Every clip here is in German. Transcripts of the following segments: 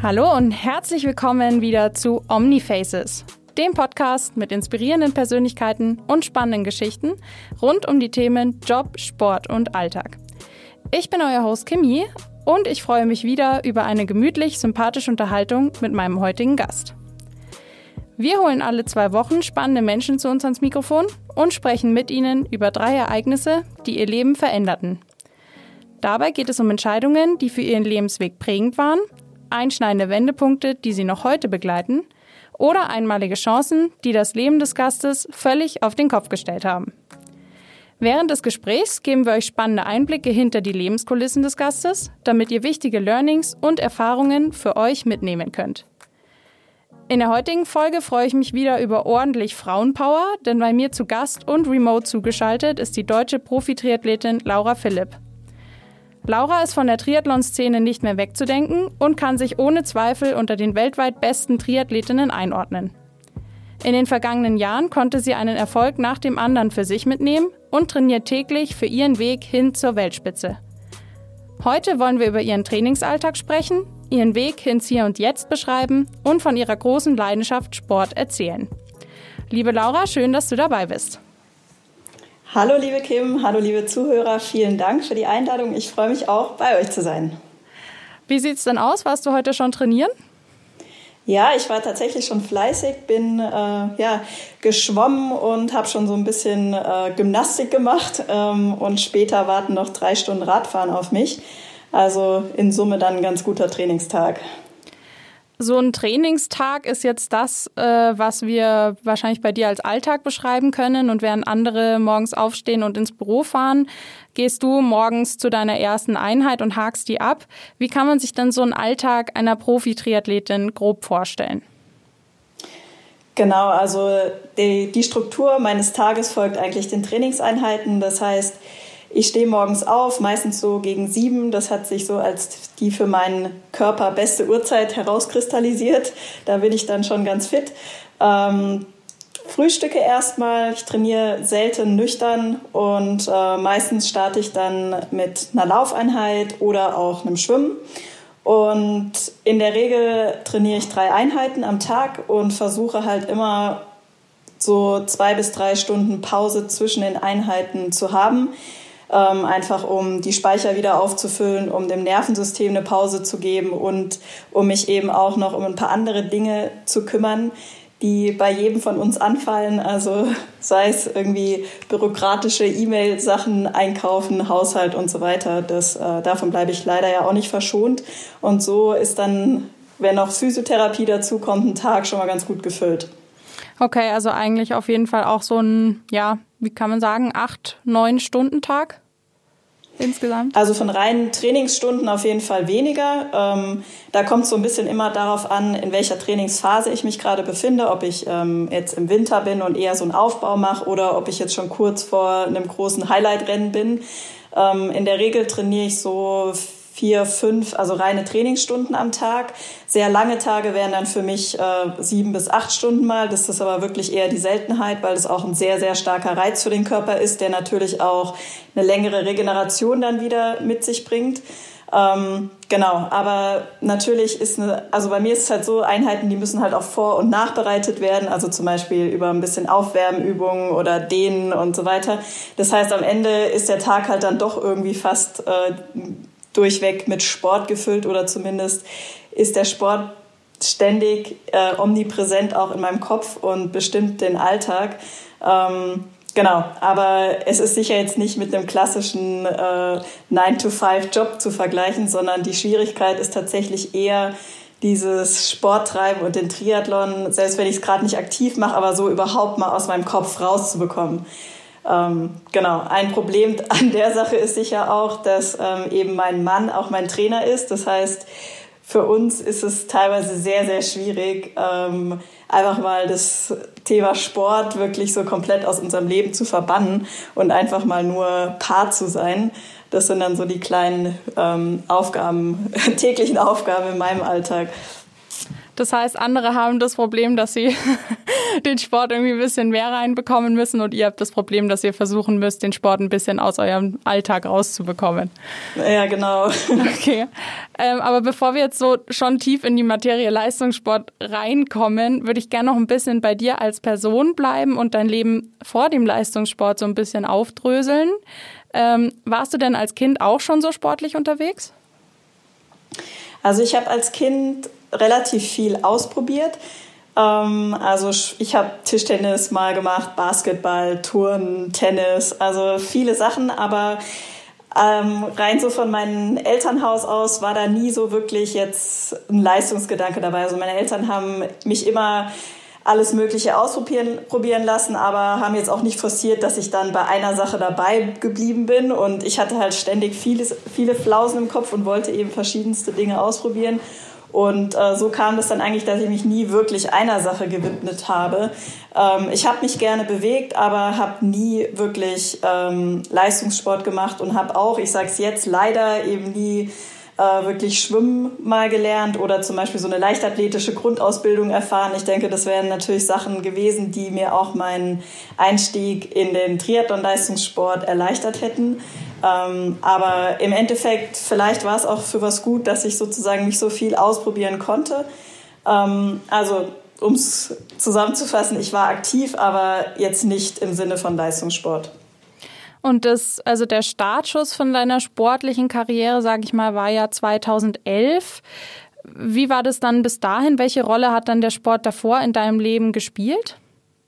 Hallo und herzlich willkommen wieder zu Omnifaces, dem Podcast mit inspirierenden Persönlichkeiten und spannenden Geschichten rund um die Themen Job, Sport und Alltag. Ich bin euer Host Kimi und ich freue mich wieder über eine gemütlich sympathische Unterhaltung mit meinem heutigen Gast. Wir holen alle 2 Wochen spannende Menschen zu uns ans Mikrofon und sprechen mit ihnen über 3 Ereignisse, die ihr Leben veränderten. Dabei geht es um Entscheidungen, die für ihren Lebensweg prägend waren, einschneidende Wendepunkte, die sie noch heute begleiten, oder einmalige Chancen, die das Leben des Gastes völlig auf den Kopf gestellt haben. Während des Gesprächs geben wir euch spannende Einblicke hinter die Lebenskulissen des Gastes, damit ihr wichtige Learnings und Erfahrungen für euch mitnehmen könnt. In der heutigen Folge freue ich mich wieder über ordentlich Frauenpower, denn bei mir zu Gast und remote zugeschaltet ist die deutsche Profi-Triathletin Laura Philipp. Laura ist von der Triathlon-Szene nicht mehr wegzudenken und kann sich ohne Zweifel unter den weltweit besten Triathletinnen einordnen. In den vergangenen Jahren konnte sie einen Erfolg nach dem anderen für sich mitnehmen und trainiert täglich für ihren Weg hin zur Weltspitze. Heute wollen wir über ihren Trainingsalltag sprechen, ihren Weg ins Hier und Jetzt beschreiben und von ihrer großen Leidenschaft Sport erzählen. Liebe Laura, schön, dass du dabei bist. Hallo liebe Kim, hallo liebe Zuhörer, vielen Dank für die Einladung. Ich freue mich auch, bei euch zu sein. Wie sieht's denn aus? Warst du heute schon trainieren? Ja, ich war tatsächlich schon fleißig, bin geschwommen und habe schon so ein bisschen Gymnastik gemacht und später warten noch 3 Stunden Radfahren auf mich. Also in Summe dann ein ganz guter Trainingstag. So ein Trainingstag ist jetzt das, was wir wahrscheinlich bei dir als Alltag beschreiben können. Und während andere morgens aufstehen und ins Büro fahren, gehst du morgens zu deiner ersten Einheit und hakst die ab. Wie kann man sich denn so einen Alltag einer Profi-Triathletin grob vorstellen? Genau, also die Struktur meines Tages folgt eigentlich den Trainingseinheiten. Das heißt, ich stehe morgens auf, meistens so gegen 7. Das hat sich so als die für meinen Körper beste Uhrzeit herauskristallisiert. Da bin ich dann schon ganz fit. Frühstücke erstmal. Ich trainiere selten nüchtern und meistens starte ich dann mit einer Laufeinheit oder auch einem Schwimmen. Und in der Regel trainiere ich 3 Einheiten am Tag und versuche halt immer so 2 bis 3 Stunden Pause zwischen den Einheiten zu haben. Einfach um die Speicher wieder aufzufüllen, um dem Nervensystem eine Pause zu geben und um mich eben auch noch um ein paar andere Dinge zu kümmern, die bei jedem von uns anfallen. Also sei es irgendwie bürokratische E-Mail-Sachen, Einkaufen, Haushalt und so weiter. Davon bleibe ich leider ja auch nicht verschont. Und so ist dann, wenn noch Physiotherapie dazu kommt, ein Tag schon mal ganz gut gefüllt. Okay, also eigentlich auf jeden Fall auch so ein, wie kann man sagen, 8-9 Stunden Tag insgesamt? Also von reinen Trainingsstunden auf jeden Fall weniger. Da kommt es so ein bisschen immer darauf an, in welcher Trainingsphase ich mich gerade befinde, ob ich jetzt im Winter bin und eher so einen Aufbau mache oder ob ich jetzt schon kurz vor einem großen Highlight-Rennen bin. In der Regel trainiere ich so 4, 5, also reine Trainingsstunden am Tag. Sehr lange Tage wären dann für mich 7 bis 8 Stunden mal. Das ist aber wirklich eher die Seltenheit, weil es auch ein sehr, sehr starker Reiz für den Körper ist, der natürlich auch eine längere Regeneration dann wieder mit sich bringt. Genau, aber natürlich also bei mir ist es halt so, Einheiten, die müssen halt auch vor- und nachbereitet werden, also zum Beispiel über ein bisschen Aufwärmübungen oder Dehnen und so weiter. Das heißt, am Ende ist der Tag halt dann doch irgendwie fast durchweg mit Sport gefüllt oder zumindest ist der Sport ständig omnipräsent auch in meinem Kopf und bestimmt den Alltag. Genau, aber es ist sicher jetzt nicht mit einem klassischen 9-to-5-Job zu vergleichen, sondern die Schwierigkeit ist tatsächlich eher dieses Sporttreiben und den Triathlon, selbst wenn ich es gerade nicht aktiv mache, aber so überhaupt mal aus meinem Kopf rauszubekommen. Genau, ein Problem an der Sache ist sicher auch, dass eben mein Mann auch mein Trainer ist. Das heißt, für uns ist es teilweise sehr, sehr schwierig, einfach mal das Thema Sport wirklich so komplett aus unserem Leben zu verbannen und einfach mal nur Paar zu sein. Das sind dann so die kleinen täglichen Aufgaben in meinem Alltag. Das heißt, andere haben das Problem, dass sie den Sport irgendwie ein bisschen mehr reinbekommen müssen und ihr habt das Problem, dass ihr versuchen müsst, den Sport ein bisschen aus eurem Alltag rauszubekommen. Ja, genau. Okay. Aber bevor wir jetzt so schon tief in die Materie Leistungssport reinkommen, würde ich gerne noch ein bisschen bei dir als Person bleiben und dein Leben vor dem Leistungssport so ein bisschen aufdröseln. Warst du denn als Kind auch schon so sportlich unterwegs? Also ich habe als Kind relativ viel ausprobiert. Also ich habe Tischtennis mal gemacht, Basketball, Turnen, Tennis, also viele Sachen, aber rein so von meinem Elternhaus aus war da nie so wirklich jetzt ein Leistungsgedanke dabei. Also meine Eltern haben mich immer alles Mögliche probieren lassen, aber haben jetzt auch nicht forciert, dass ich dann bei einer Sache dabei geblieben bin. Und ich hatte halt ständig viele Flausen im Kopf und wollte eben verschiedenste Dinge ausprobieren. Und so kam es dann eigentlich, dass ich mich nie wirklich einer Sache gewidmet habe. Ich habe mich gerne bewegt, aber habe nie wirklich Leistungssport gemacht und habe auch, ich sage es jetzt, leider eben nie wirklich Schwimmen mal gelernt oder zum Beispiel so eine leichtathletische Grundausbildung erfahren. Ich denke, das wären natürlich Sachen gewesen, die mir auch meinen Einstieg in den Triathlon-Leistungssport erleichtert hätten. Aber im Endeffekt, vielleicht war es auch für was gut, dass ich sozusagen nicht so viel ausprobieren konnte. Also, um es zusammenzufassen, ich war aktiv, aber jetzt nicht im Sinne von Leistungssport. Und der Startschuss von deiner sportlichen Karriere, sage ich mal, war ja 2011. Wie war das dann bis dahin? Welche Rolle hat dann der Sport davor in deinem Leben gespielt?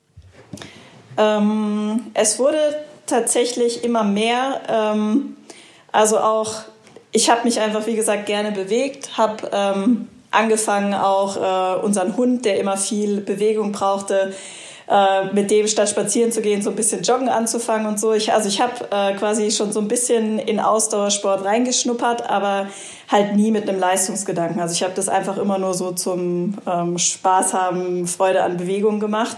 Es wurde tatsächlich immer mehr. Also auch, ich habe mich einfach, wie gesagt, gerne bewegt, habe angefangen auch unseren Hund, der immer viel Bewegung brauchte, mit dem statt spazieren zu gehen, so ein bisschen Joggen anzufangen und so. Ich habe quasi schon so ein bisschen in Ausdauersport reingeschnuppert, aber halt nie mit einem Leistungsgedanken. Also ich habe das einfach immer nur so zum Spaß haben, Freude an Bewegung gemacht.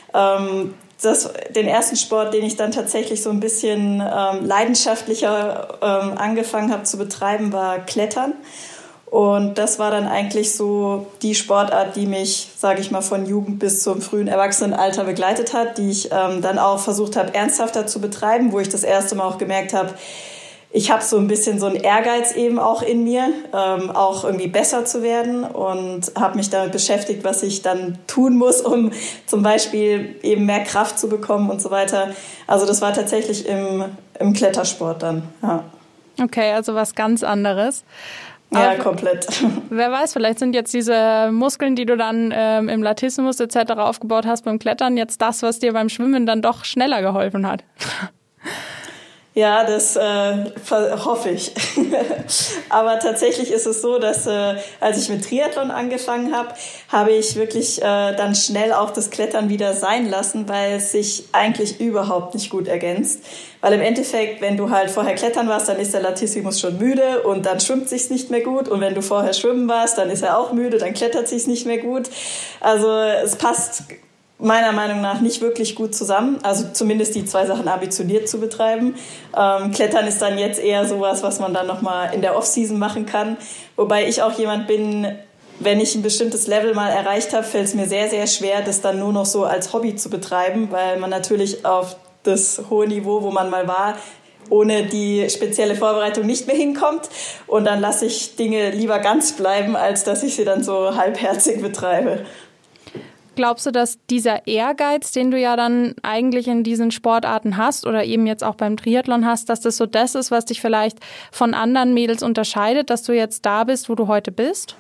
Den ersten Sport, den ich dann tatsächlich so ein bisschen leidenschaftlicher angefangen habe zu betreiben, war Klettern. Und das war dann eigentlich so die Sportart, die mich, sage ich mal, von Jugend bis zum frühen Erwachsenenalter begleitet hat, die ich dann auch versucht habe, ernsthafter zu betreiben, wo ich das erste Mal auch gemerkt habe, ich habe so ein bisschen so einen Ehrgeiz eben auch in mir, auch irgendwie besser zu werden und habe mich damit beschäftigt, was ich dann tun muss, um zum Beispiel eben mehr Kraft zu bekommen und so weiter. Also das war tatsächlich im Klettersport dann, ja. Okay, also was ganz anderes. Ja, komplett. Wer weiß, vielleicht sind jetzt diese Muskeln, die du dann im Latissimus etc. aufgebaut hast beim Klettern, jetzt das, was dir beim Schwimmen dann doch schneller geholfen hat. Ja, das hoffe ich. Aber tatsächlich ist es so, dass als ich mit Triathlon angefangen habe, habe ich wirklich dann schnell auch das Klettern wieder sein lassen, weil es sich eigentlich überhaupt nicht gut ergänzt. Weil im Endeffekt, wenn du halt vorher klettern warst, dann ist der Latissimus schon müde und dann schwimmt sich's nicht mehr gut. Und wenn du vorher schwimmen warst, dann ist er auch müde, dann klettert sich's nicht mehr gut. Also es passt meiner Meinung nach nicht wirklich gut zusammen. Also zumindest die zwei Sachen ambitioniert zu betreiben. Klettern ist dann jetzt eher sowas, was man dann nochmal in der Off-Season machen kann. Wobei ich auch jemand bin, wenn ich ein bestimmtes Level mal erreicht habe, fällt es mir sehr, sehr schwer, das dann nur noch so als Hobby zu betreiben, weil man natürlich auf das hohe Niveau, wo man mal war, ohne die spezielle Vorbereitung nicht mehr hinkommt. Und dann lasse ich Dinge lieber ganz bleiben, als dass ich sie dann so halbherzig betreibe. Glaubst du, dass dieser Ehrgeiz, den du ja dann eigentlich in diesen Sportarten hast oder eben jetzt auch beim Triathlon hast, dass das so das ist, was dich vielleicht von anderen Mädels unterscheidet, dass du jetzt da bist, wo du heute bist?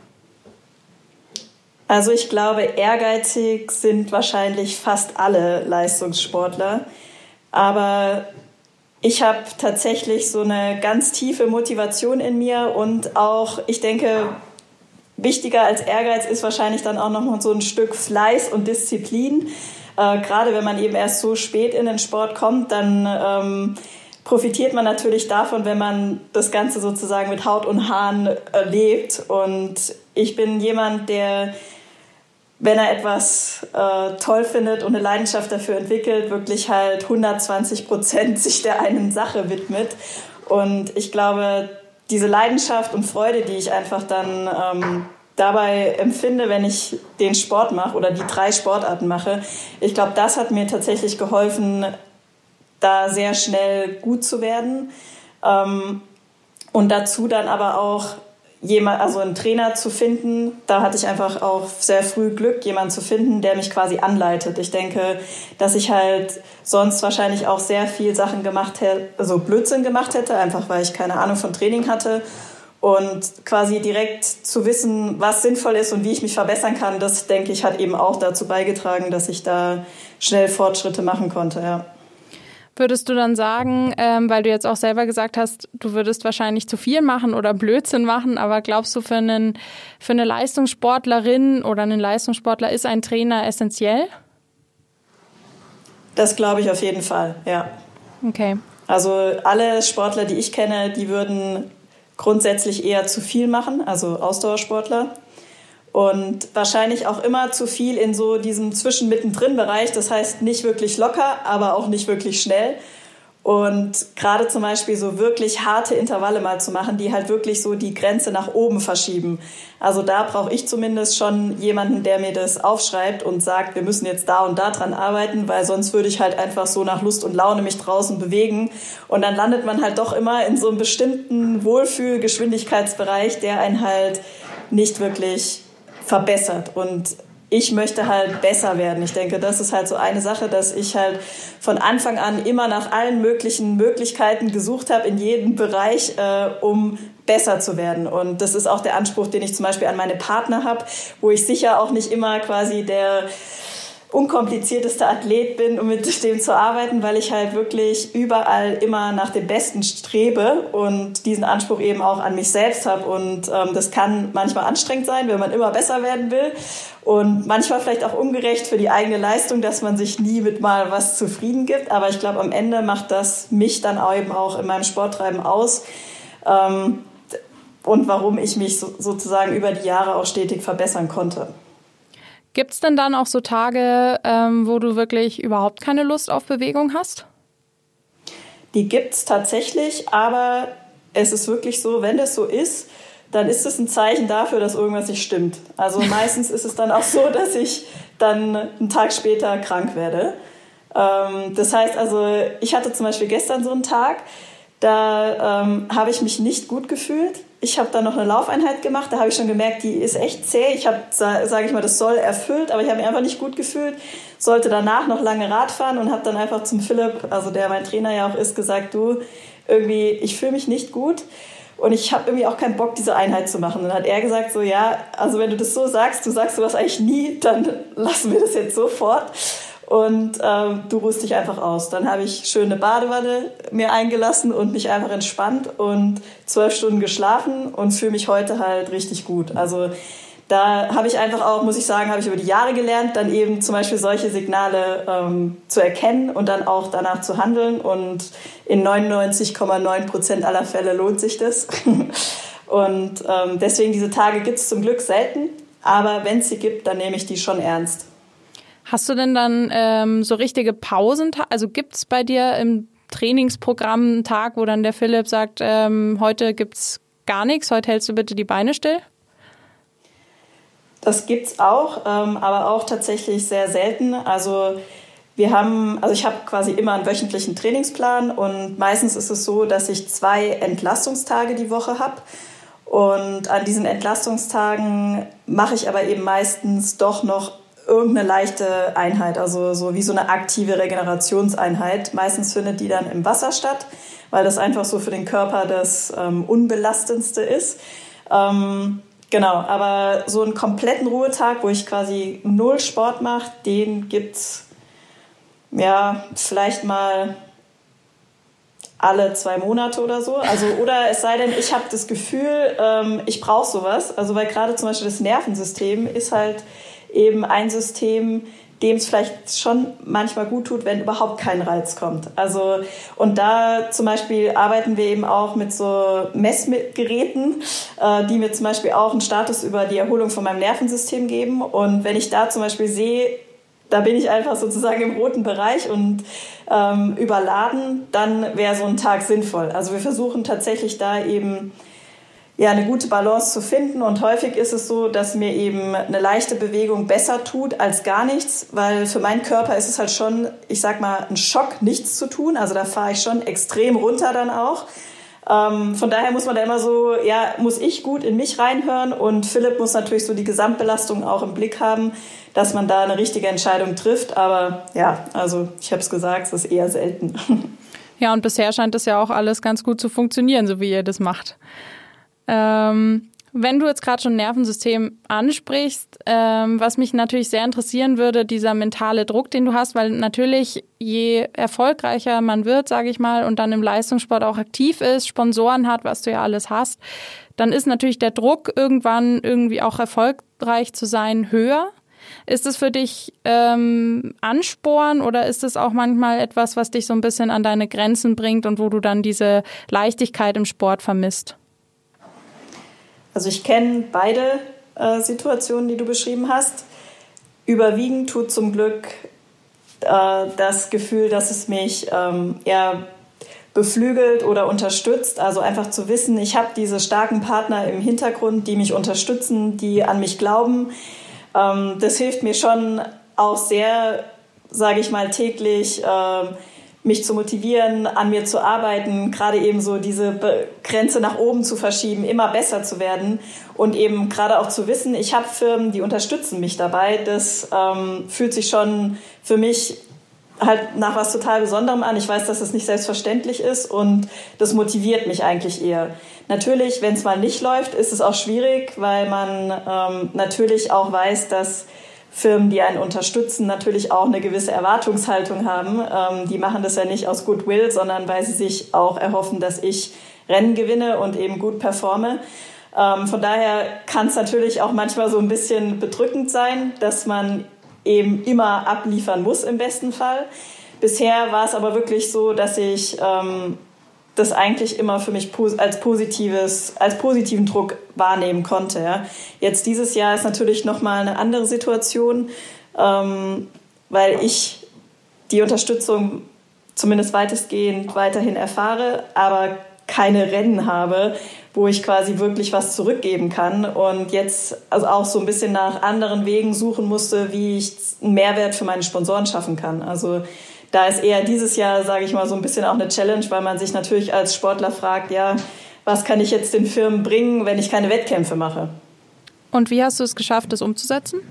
Also ich glaube, ehrgeizig sind wahrscheinlich fast alle Leistungssportler. Aber ich habe tatsächlich so eine ganz tiefe Motivation in mir und auch, ich denke, wichtiger als Ehrgeiz ist wahrscheinlich dann auch noch so ein Stück Fleiß und Disziplin. Gerade wenn man eben erst so spät in den Sport kommt, dann profitiert man natürlich davon, wenn man das Ganze sozusagen mit Haut und Haaren erlebt. Und ich bin jemand, der, wenn er etwas toll findet und eine Leidenschaft dafür entwickelt, wirklich halt 120% sich der einen Sache widmet. Und ich glaube, diese Leidenschaft und Freude, die ich einfach dann dabei empfinde, wenn ich den Sport mache oder die 3 Sportarten mache. Ich glaube, das hat mir tatsächlich geholfen, da sehr schnell gut zu werden. Und dazu dann aber auch einen Trainer zu finden. Da hatte ich einfach auch sehr früh Glück, jemanden zu finden, der mich quasi anleitet. Ich denke, dass ich halt sonst wahrscheinlich auch sehr viel Sachen gemacht hätte, also Blödsinn gemacht hätte, einfach weil ich keine Ahnung von Training hatte. Und quasi direkt zu wissen, was sinnvoll ist und wie ich mich verbessern kann, das, denke ich, hat eben auch dazu beigetragen, dass ich da schnell Fortschritte machen konnte, ja. Würdest du dann sagen, weil du jetzt auch selber gesagt hast, du würdest wahrscheinlich zu viel machen oder Blödsinn machen, aber glaubst du, für eine Leistungssportlerin oder einen Leistungssportler ist ein Trainer essentiell? Das glaube ich auf jeden Fall, ja. Okay. Also alle Sportler, die ich kenne, die würden grundsätzlich eher zu viel machen, also Ausdauersportler. Und wahrscheinlich auch immer zu viel in so diesem Zwischen-Mittendrin-Bereich. Das heißt nicht wirklich locker, aber auch nicht wirklich schnell. Und gerade zum Beispiel so wirklich harte Intervalle mal zu machen, die halt wirklich so die Grenze nach oben verschieben. Also da brauche ich zumindest schon jemanden, der mir das aufschreibt und sagt, wir müssen jetzt da und da dran arbeiten, weil sonst würde ich halt einfach so nach Lust und Laune mich draußen bewegen. Und dann landet man halt doch immer in so einem bestimmten Wohlfühl-Geschwindigkeitsbereich, der einen halt nicht wirklich verbessert. Und ich möchte halt besser werden. Ich denke, das ist halt so eine Sache, dass ich halt von Anfang an immer nach allen möglichen Möglichkeiten gesucht habe, in jedem Bereich, um besser zu werden. Und das ist auch der Anspruch, den ich zum Beispiel an meine Partner habe, wo ich sicher auch nicht immer quasi der unkomplizierteste Athlet bin, um mit dem zu arbeiten, weil ich halt wirklich überall immer nach dem Besten strebe und diesen Anspruch eben auch an mich selbst habe. Und das kann manchmal anstrengend sein, wenn man immer besser werden will und manchmal vielleicht auch ungerecht für die eigene Leistung, dass man sich nie mit mal was zufrieden gibt. Aber ich glaube, am Ende macht das mich dann eben auch in meinem Sporttreiben aus und warum ich mich sozusagen über die Jahre auch stetig verbessern konnte. Gibt es denn dann auch so Tage, wo du wirklich überhaupt keine Lust auf Bewegung hast? Die gibt es tatsächlich, aber es ist wirklich so, wenn das so ist, dann ist es ein Zeichen dafür, dass irgendwas nicht stimmt. Also meistens ist es dann auch so, dass ich dann einen Tag später krank werde. Das heißt also, ich hatte zum Beispiel gestern so einen Tag, da habe ich mich nicht gut gefühlt. Ich habe dann noch eine Laufeinheit gemacht, da habe ich schon gemerkt, die ist echt zäh. Ich habe, sage ich mal, das Soll erfüllt, aber ich habe mich einfach nicht gut gefühlt. Sollte danach noch lange Rad fahren und habe dann einfach zum Philipp, also der mein Trainer ja auch ist, gesagt, du, irgendwie, ich fühle mich nicht gut und ich habe irgendwie auch keinen Bock, diese Einheit zu machen. Und dann hat er gesagt, so ja, also wenn du das so sagst, du sagst sowas eigentlich nie, dann lassen wir das jetzt sofort. Und du ruhst dich einfach aus. Dann habe ich schön eine Badewanne mir eingelassen und mich einfach entspannt und 12 Stunden geschlafen und fühle mich heute halt richtig gut. Also da habe ich einfach auch, muss ich sagen, habe ich über die Jahre gelernt, dann eben zum Beispiel solche Signale zu erkennen und dann auch danach zu handeln. Und in 99,9% aller Fälle lohnt sich das. Und deswegen diese Tage gibt es zum Glück selten. Aber wenn es sie gibt, dann nehme ich die schon ernst. Hast du denn dann so richtige Pausen? Also gibt es bei dir im Trainingsprogramm einen Tag, wo dann der Philipp sagt, heute gibt's gar nichts, heute hältst du bitte die Beine still? Das gibt's auch, aber auch tatsächlich sehr selten. Also ich habe quasi immer einen wöchentlichen Trainingsplan und meistens ist es so, dass ich 2 Entlastungstage die Woche habe. Und an diesen Entlastungstagen mache ich aber eben meistens doch noch irgendeine leichte Einheit, also so wie so eine aktive Regenerationseinheit. Meistens findet die dann im Wasser statt, weil das einfach so für den Körper das Unbelastendste ist. Genau, aber so einen kompletten Ruhetag, wo ich quasi 0 Sport mache, den gibt's ja vielleicht mal alle 2 Monate oder so. Also, oder es sei denn, ich habe das Gefühl, ich brauche sowas. Also weil gerade zum Beispiel das Nervensystem ist halt eben ein System, dem es vielleicht schon manchmal gut tut, wenn überhaupt kein Reiz kommt. Also, und da zum Beispiel arbeiten wir eben auch mit so Messgeräten, die mir zum Beispiel auch einen Status über die Erholung von meinem Nervensystem geben. Und wenn ich da zum Beispiel sehe, da bin ich einfach sozusagen im roten Bereich und überladen, dann wäre so ein Tag sinnvoll. Also wir versuchen tatsächlich da eben eine gute Balance zu finden. Und häufig ist es so, dass mir eben eine leichte Bewegung besser tut als gar nichts, weil für meinen Körper ist es halt schon, ich sag mal, ein Schock, nichts zu tun. Also da fahre ich schon extrem runter dann auch. Von daher muss man da immer so, muss ich gut in mich reinhören, und Philipp muss natürlich so die Gesamtbelastung auch im Blick haben, dass man da eine richtige Entscheidung trifft. Aber also ich habe es gesagt, es ist eher selten. Ja, und bisher scheint das ja auch alles ganz gut zu funktionieren, so wie ihr das macht. Wenn du jetzt gerade schon Nervensystem ansprichst, was mich natürlich sehr interessieren würde, dieser mentale Druck, den du hast, weil natürlich je erfolgreicher man wird, sage ich mal, und dann im Leistungssport auch aktiv ist, Sponsoren hat, was du ja alles hast, dann ist natürlich der Druck, irgendwann irgendwie auch erfolgreich zu sein, höher. Ist es für dich Ansporn, oder ist es auch manchmal etwas, was dich so ein bisschen an deine Grenzen bringt und wo du dann diese Leichtigkeit im Sport vermisst? Also ich kenne beide Situationen, die du beschrieben hast. Überwiegend tut zum Glück das Gefühl, dass es mich eher beflügelt oder unterstützt. Also einfach zu wissen, ich habe diese starken Partner im Hintergrund, die mich unterstützen, die an mich glauben. Das hilft mir schon auch sehr, sage ich mal, täglich mich zu motivieren, an mir zu arbeiten, gerade eben so diese Grenze nach oben zu verschieben, immer besser zu werden und eben gerade auch zu wissen, ich habe Firmen, die unterstützen mich dabei. Das fühlt sich schon für mich halt nach was total Besonderem an. Ich weiß, dass es nicht selbstverständlich ist, und das motiviert mich eigentlich eher. Natürlich, wenn es mal nicht läuft, ist es auch schwierig, weil man natürlich auch weiß, dass Firmen, die einen unterstützen, natürlich auch eine gewisse Erwartungshaltung haben. Die machen das ja nicht aus Goodwill, sondern weil sie sich auch erhoffen, dass ich Rennen gewinne und eben gut performe. Von daher kann es natürlich auch manchmal so ein bisschen bedrückend sein, dass man eben immer abliefern muss im besten Fall. Bisher war es aber wirklich so, dass ich das eigentlich immer für mich als positiven Druck wahrnehmen konnte. Ja. Jetzt dieses Jahr ist natürlich nochmal eine andere Situation, weil ich die Unterstützung zumindest weitestgehend weiterhin erfahre, aber keine Rennen habe, wo ich quasi wirklich was zurückgeben kann, und jetzt also auch so ein bisschen nach anderen Wegen suchen musste, wie ich einen Mehrwert für meine Sponsoren schaffen kann. Also da ist eher dieses Jahr, sage ich mal, so ein bisschen auch eine Challenge, weil man sich natürlich als Sportler fragt, was kann ich jetzt den Firmen bringen, wenn ich keine Wettkämpfe mache? Und wie hast du es geschafft, das umzusetzen?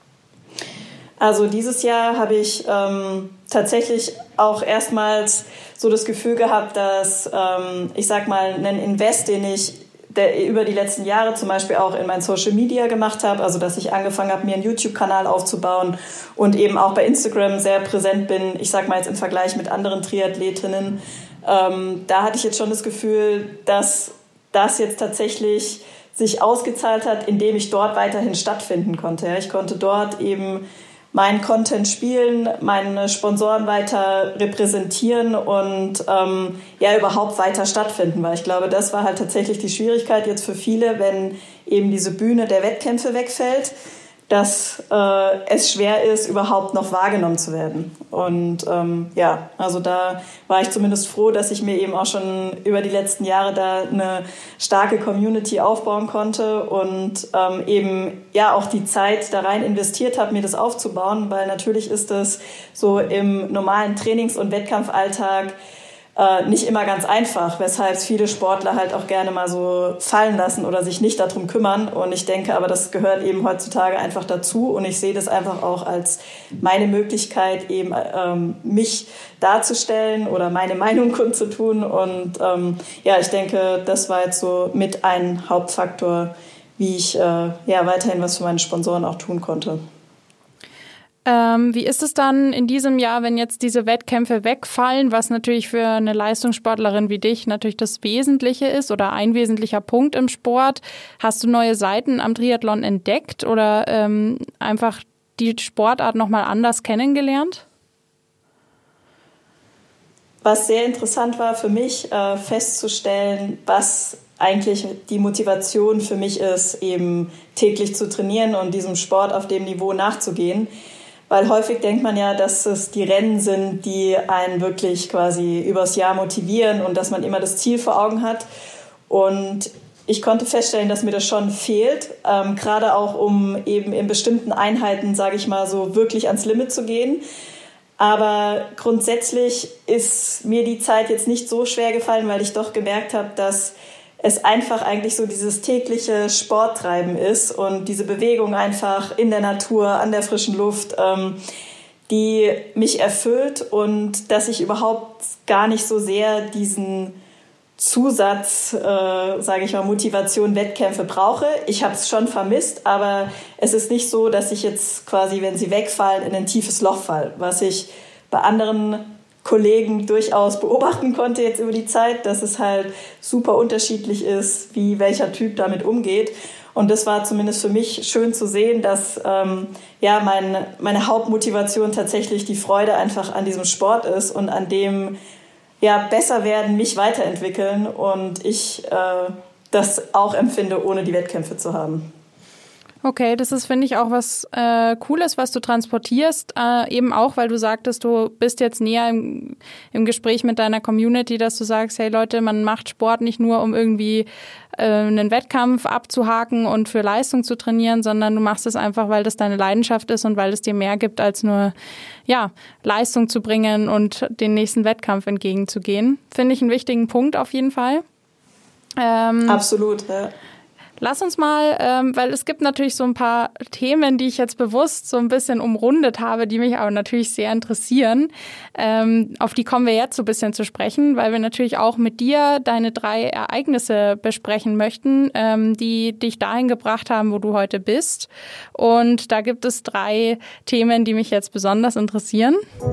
Also dieses Jahr habe ich tatsächlich auch erstmals so das Gefühl gehabt, dass ich sag mal, einen Invest, der über die letzten Jahre zum Beispiel auch in mein Social Media gemacht habe, also dass ich angefangen habe, mir einen YouTube-Kanal aufzubauen und eben auch bei Instagram sehr präsent bin, ich sag mal jetzt im Vergleich mit anderen Triathletinnen. Da hatte ich jetzt schon das Gefühl, dass das jetzt tatsächlich sich ausgezahlt hat, indem ich dort weiterhin stattfinden konnte. Ich konnte dort eben meinen Content spielen, meine Sponsoren weiter repräsentieren und überhaupt weiter stattfinden. Weil ich glaube, das war halt tatsächlich die Schwierigkeit jetzt für viele, wenn eben diese Bühne der Wettkämpfe wegfällt, dass es schwer ist, überhaupt noch wahrgenommen zu werden. Und also da war ich zumindest froh, dass ich mir eben auch schon über die letzten Jahre da eine starke Community aufbauen konnte und eben auch die Zeit da rein investiert habe, mir das aufzubauen, weil natürlich ist das so im normalen Trainings- und Wettkampfalltag nicht immer ganz einfach, weshalb viele Sportler halt auch gerne mal so fallen lassen oder sich nicht darum kümmern. Und ich denke aber, das gehört eben heutzutage einfach dazu. Und ich sehe das einfach auch als meine Möglichkeit, eben mich darzustellen oder meine Meinung kundzutun. Und ich denke, das war jetzt so mit ein Hauptfaktor, wie ich weiterhin was für meine Sponsoren auch tun konnte. Wie ist es dann in diesem Jahr, wenn jetzt diese Wettkämpfe wegfallen, was natürlich für eine Leistungssportlerin wie dich natürlich das Wesentliche ist oder ein wesentlicher Punkt im Sport? Hast du neue Seiten am Triathlon entdeckt oder einfach die Sportart nochmal anders kennengelernt? Was sehr interessant war für mich, festzustellen, was eigentlich die Motivation für mich ist, eben täglich zu trainieren und diesem Sport auf dem Niveau nachzugehen. Weil häufig denkt man ja, dass es die Rennen sind, die einen wirklich quasi übers Jahr motivieren und dass man immer das Ziel vor Augen hat. Und ich konnte feststellen, dass mir das schon fehlt, gerade auch um eben in bestimmten Einheiten, sage ich mal, so wirklich ans Limit zu gehen. Aber grundsätzlich ist mir die Zeit jetzt nicht so schwer gefallen, weil ich doch gemerkt habe, dass es einfach eigentlich so dieses tägliche Sporttreiben ist und diese Bewegung einfach in der Natur, an der frischen Luft, die mich erfüllt und dass ich überhaupt gar nicht so sehr diesen Zusatz, sage ich mal, Motivation, Wettkämpfe brauche. Ich habe es schon vermisst, aber es ist nicht so, dass ich jetzt quasi, wenn sie wegfallen, in ein tiefes Loch falle, was ich bei anderen Kollegen durchaus beobachten konnte jetzt über die Zeit, dass es halt super unterschiedlich ist, wie welcher Typ damit umgeht. Und das war zumindest für mich schön zu sehen, dass meine Hauptmotivation tatsächlich die Freude einfach an diesem Sport ist und an dem besser werden, mich weiterentwickeln und ich das auch empfinde, ohne die Wettkämpfe zu haben. Okay, das ist, finde ich, auch was Cooles, was du transportierst, eben auch, weil du sagtest, du bist jetzt näher im Gespräch mit deiner Community, dass du sagst, hey Leute, man macht Sport nicht nur, um irgendwie einen Wettkampf abzuhaken und für Leistung zu trainieren, sondern du machst es einfach, weil das deine Leidenschaft ist und weil es dir mehr gibt, als nur Leistung zu bringen und den nächsten Wettkampf entgegenzugehen. Finde ich einen wichtigen Punkt auf jeden Fall. Absolut, ja. Lass uns mal, weil es gibt natürlich so ein paar Themen, die ich jetzt bewusst so ein bisschen umrundet habe, die mich aber natürlich sehr interessieren. Auf die kommen wir jetzt so ein bisschen zu sprechen, weil wir natürlich auch mit dir deine 3 Ereignisse besprechen möchten, die dich dahin gebracht haben, wo du heute bist. Und da gibt es 3 Themen, die mich jetzt besonders interessieren.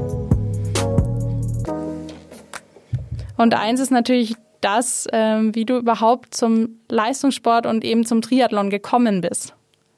Und eins ist natürlich das, wie du überhaupt zum Leistungssport und eben zum Triathlon gekommen bist.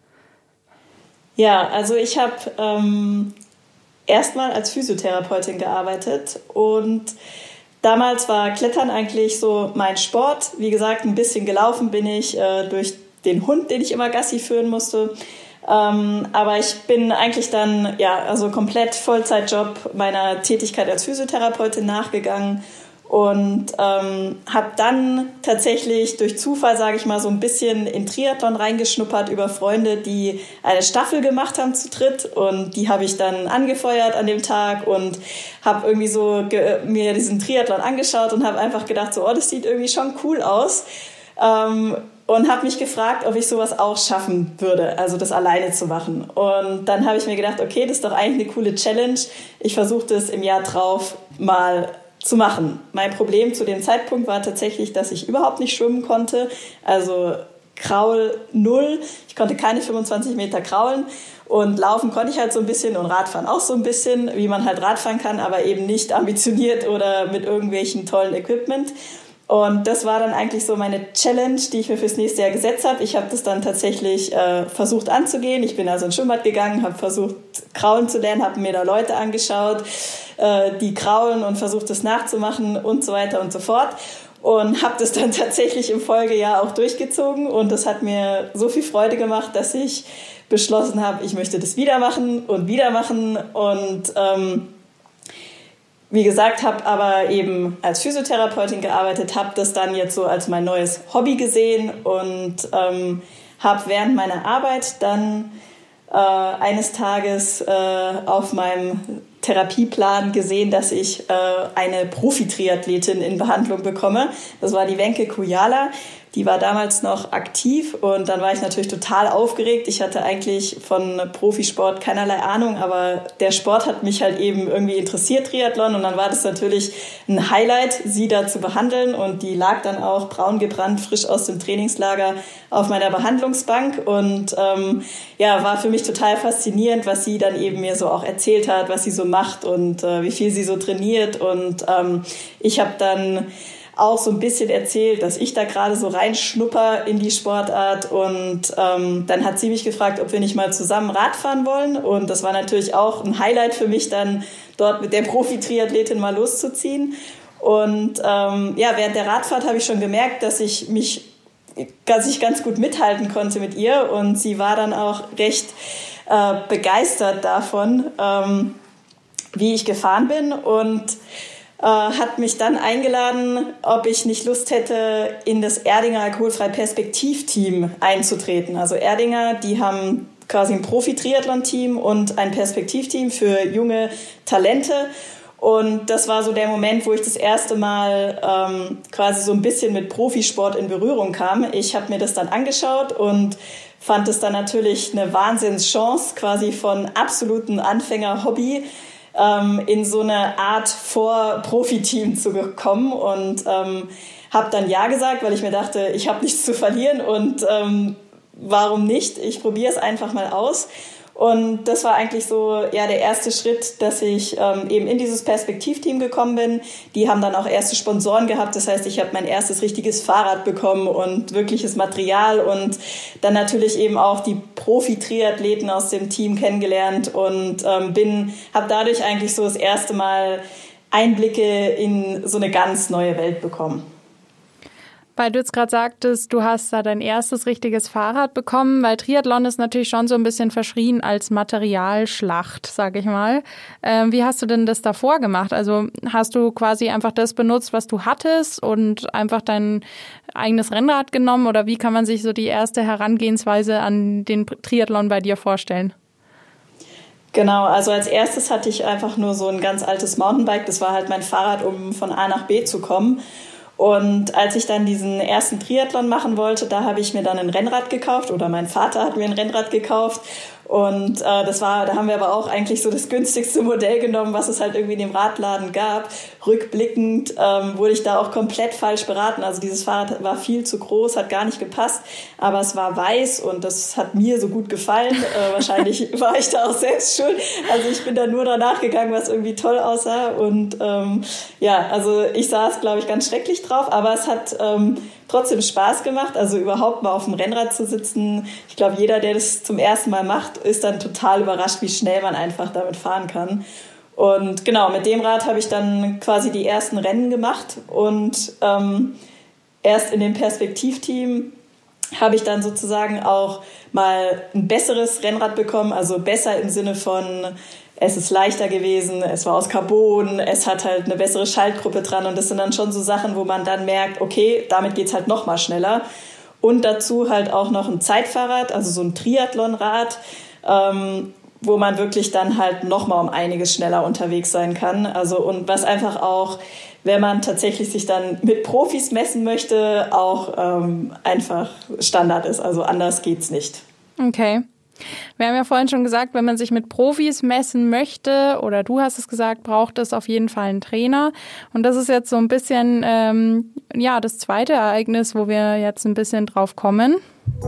Ja, also ich habe erstmal als Physiotherapeutin gearbeitet und damals war Klettern eigentlich so mein Sport. Wie gesagt, ein bisschen gelaufen bin ich durch den Hund, den ich immer Gassi führen musste. Aber ich bin eigentlich dann komplett Vollzeitjob meiner Tätigkeit als Physiotherapeutin nachgegangen. Und habe dann tatsächlich durch Zufall, sage ich mal, so ein bisschen in Triathlon reingeschnuppert über Freunde, die eine Staffel gemacht haben zu dritt. Und die habe ich dann angefeuert an dem Tag und habe irgendwie so mir diesen Triathlon angeschaut und habe einfach gedacht, so, das sieht irgendwie schon cool aus. Und habe mich gefragt, ob ich sowas auch schaffen würde, also das alleine zu machen. Und dann habe ich mir gedacht, okay, das ist doch eigentlich eine coole Challenge. Ich versuche das im Jahr drauf mal zu machen. Mein Problem zu dem Zeitpunkt war tatsächlich, dass ich überhaupt nicht schwimmen konnte. Also Kraul 0. Ich konnte keine 25 Meter kraulen. Und laufen konnte ich halt so ein bisschen und Radfahren auch so ein bisschen, wie man halt Radfahren kann, aber eben nicht ambitioniert oder mit irgendwelchen tollen Equipment. Und das war dann eigentlich so meine Challenge, die ich mir fürs nächste Jahr gesetzt habe. Ich habe das dann tatsächlich versucht anzugehen. Ich bin also ins Schwimmbad gegangen, habe versucht, kraulen zu lernen, habe mir da Leute angeschaut, die kraulen und versucht, das nachzumachen und so weiter und so fort. Und habe das dann tatsächlich im Folgejahr auch durchgezogen. Und das hat mir so viel Freude gemacht, dass ich beschlossen habe, ich möchte das wieder machen und wieder machen. Und wie gesagt, habe aber eben als Physiotherapeutin gearbeitet, habe das dann jetzt so als mein neues Hobby gesehen und habe während meiner Arbeit dann eines Tages auf meinem Therapieplan gesehen, dass ich eine Profi-Triathletin in Behandlung bekomme. Das war die Wenke Kujala. Die war damals noch aktiv und dann war ich natürlich total aufgeregt. Ich hatte eigentlich von Profisport keinerlei Ahnung, aber der Sport hat mich halt eben irgendwie interessiert, Triathlon. Und dann war das natürlich ein Highlight, sie da zu behandeln. Und die lag dann auch braun gebrannt, frisch aus dem Trainingslager auf meiner Behandlungsbank. Und war für mich total faszinierend, was sie dann eben mir so auch erzählt hat, was sie so macht und wie viel sie so trainiert. Und ich habe dann auch so ein bisschen erzählt, dass ich da gerade so reinschnupper in die Sportart und dann hat sie mich gefragt, ob wir nicht mal zusammen Rad fahren wollen und das war natürlich auch ein Highlight für mich, dann dort mit der Profi-Triathletin mal loszuziehen und während der Radfahrt habe ich schon gemerkt, dass ich ganz gut mithalten konnte mit ihr und sie war dann auch recht begeistert davon, wie ich gefahren bin und hat mich dann eingeladen, ob ich nicht Lust hätte, in das Erdinger Alkoholfrei Perspektiv-Team einzutreten. Also Erdinger, die haben quasi ein Profi-Triathlon-Team und ein Perspektiv-Team für junge Talente. Und das war so der Moment, wo ich das erste Mal quasi so ein bisschen mit Profisport in Berührung kam. Ich habe mir das dann angeschaut und fand es dann natürlich eine Wahnsinnschance, quasi von absoluten Anfänger-Hobby in so eine Art Vor-Profiteam zu kommen und habe dann ja gesagt, weil ich mir dachte, ich habe nichts zu verlieren und warum nicht? Ich probiere es einfach mal aus. Und das war eigentlich so der erste Schritt, dass ich eben in dieses Perspektivteam gekommen bin. Die haben dann auch erste Sponsoren gehabt. Das heißt, ich habe mein erstes richtiges Fahrrad bekommen und wirkliches Material und dann natürlich eben auch die Profi-Triathleten aus dem Team kennengelernt und habe dadurch eigentlich so das erste Mal Einblicke in so eine ganz neue Welt bekommen. Weil du jetzt gerade sagtest, du hast da dein erstes richtiges Fahrrad bekommen, weil Triathlon ist natürlich schon so ein bisschen verschrien als Materialschlacht, sag ich mal. Wie hast du denn das davor gemacht? Also hast du quasi einfach das benutzt, was du hattest und einfach dein eigenes Rennrad genommen oder wie kann man sich so die erste Herangehensweise an den Triathlon bei dir vorstellen? Genau, also als erstes hatte ich einfach nur so ein ganz altes Mountainbike. Das war halt mein Fahrrad, um von A nach B zu kommen. Und als ich dann diesen ersten Triathlon machen wollte, da habe ich mir dann ein Rennrad gekauft oder mein Vater hat mir ein Rennrad gekauft. Und da haben wir aber auch eigentlich so das günstigste Modell genommen, was es halt irgendwie in dem Radladen gab. Rückblickend wurde ich da auch komplett falsch beraten. Also dieses Fahrrad war viel zu groß, hat gar nicht gepasst, aber es war weiß und das hat mir so gut gefallen. Wahrscheinlich war ich da auch selbst schuld. Also ich bin da nur danach gegangen, was irgendwie toll aussah. Und also ich saß, glaube ich, ganz schrecklich drauf, aber es hat trotzdem Spaß gemacht, also überhaupt mal auf dem Rennrad zu sitzen. Ich glaube, jeder, der das zum ersten Mal macht, ist dann total überrascht, wie schnell man einfach damit fahren kann. Und genau, mit dem Rad habe ich dann quasi die ersten Rennen gemacht und erst in dem Perspektivteam habe ich dann sozusagen auch mal ein besseres Rennrad bekommen, also besser im Sinne von es ist leichter gewesen, es war aus Carbon, es hat halt eine bessere Schaltgruppe dran und das sind dann schon so Sachen, wo man dann merkt, okay, damit geht's halt noch mal schneller. Und dazu halt auch noch ein Zeitfahrrad, also so ein Triathlonrad, wo man wirklich dann halt noch mal um einiges schneller unterwegs sein kann. Also und was einfach auch, wenn man tatsächlich sich dann mit Profis messen möchte, auch einfach Standard ist. Also anders geht's nicht. Okay. Wir haben ja vorhin schon gesagt, wenn man sich mit Profis messen möchte, oder du hast es gesagt, braucht es auf jeden Fall einen Trainer. Und das ist jetzt so ein bisschen das zweite Ereignis, wo wir jetzt ein bisschen drauf kommen.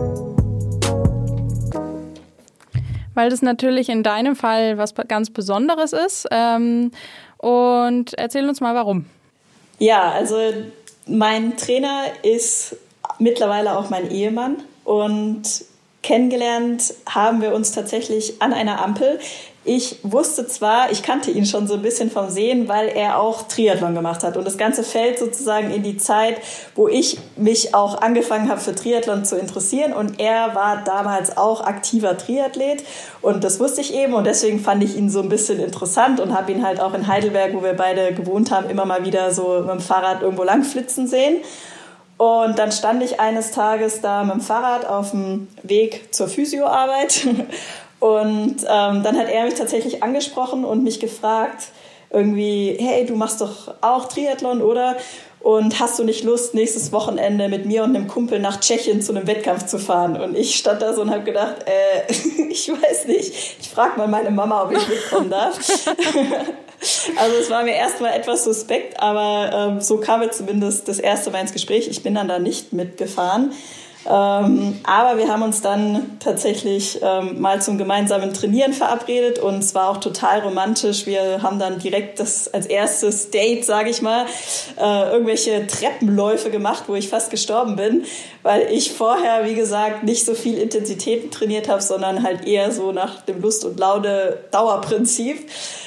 Weil das natürlich in deinem Fall was ganz Besonderes ist. Und erzähl uns mal, warum. Ja, also mein Trainer ist mittlerweile auch mein Ehemann und kennengelernt haben wir uns tatsächlich an einer Ampel. Ich wusste zwar, ich kannte ihn schon so ein bisschen vom Sehen, weil er auch Triathlon gemacht hat. Und das Ganze fällt sozusagen in die Zeit, wo ich mich auch angefangen habe für Triathlon zu interessieren. Und er war damals auch aktiver Triathlet. Und das wusste ich eben. Und deswegen fand ich ihn so ein bisschen interessant und habe ihn halt auch in Heidelberg, wo wir beide gewohnt haben, immer mal wieder so mit dem Fahrrad irgendwo lang flitzen sehen. Und dann stand ich eines Tages da mit dem Fahrrad auf dem Weg zur Physioarbeit und dann hat er mich tatsächlich angesprochen und mich gefragt, irgendwie, hey, du machst doch auch Triathlon, oder? Und hast du nicht Lust, nächstes Wochenende mit mir und einem Kumpel nach Tschechien zu einem Wettkampf zu fahren? Und ich stand da so und habe gedacht, ich weiß nicht, ich frage mal meine Mama, ob ich mitkommen darf. Also es war mir erstmal etwas suspekt, aber so kam wir zumindest das erste Mal ins Gespräch. Ich bin dann da nicht mitgefahren. Aber wir haben uns dann tatsächlich mal zum gemeinsamen Trainieren verabredet und es war auch total romantisch. Wir haben dann direkt das als erstes Date, sage ich mal, irgendwelche Treppenläufe gemacht, wo ich fast gestorben bin, weil ich vorher, wie gesagt, nicht so viel Intensität trainiert habe, sondern halt eher so nach dem Lust- und Laune-Dauerprinzip.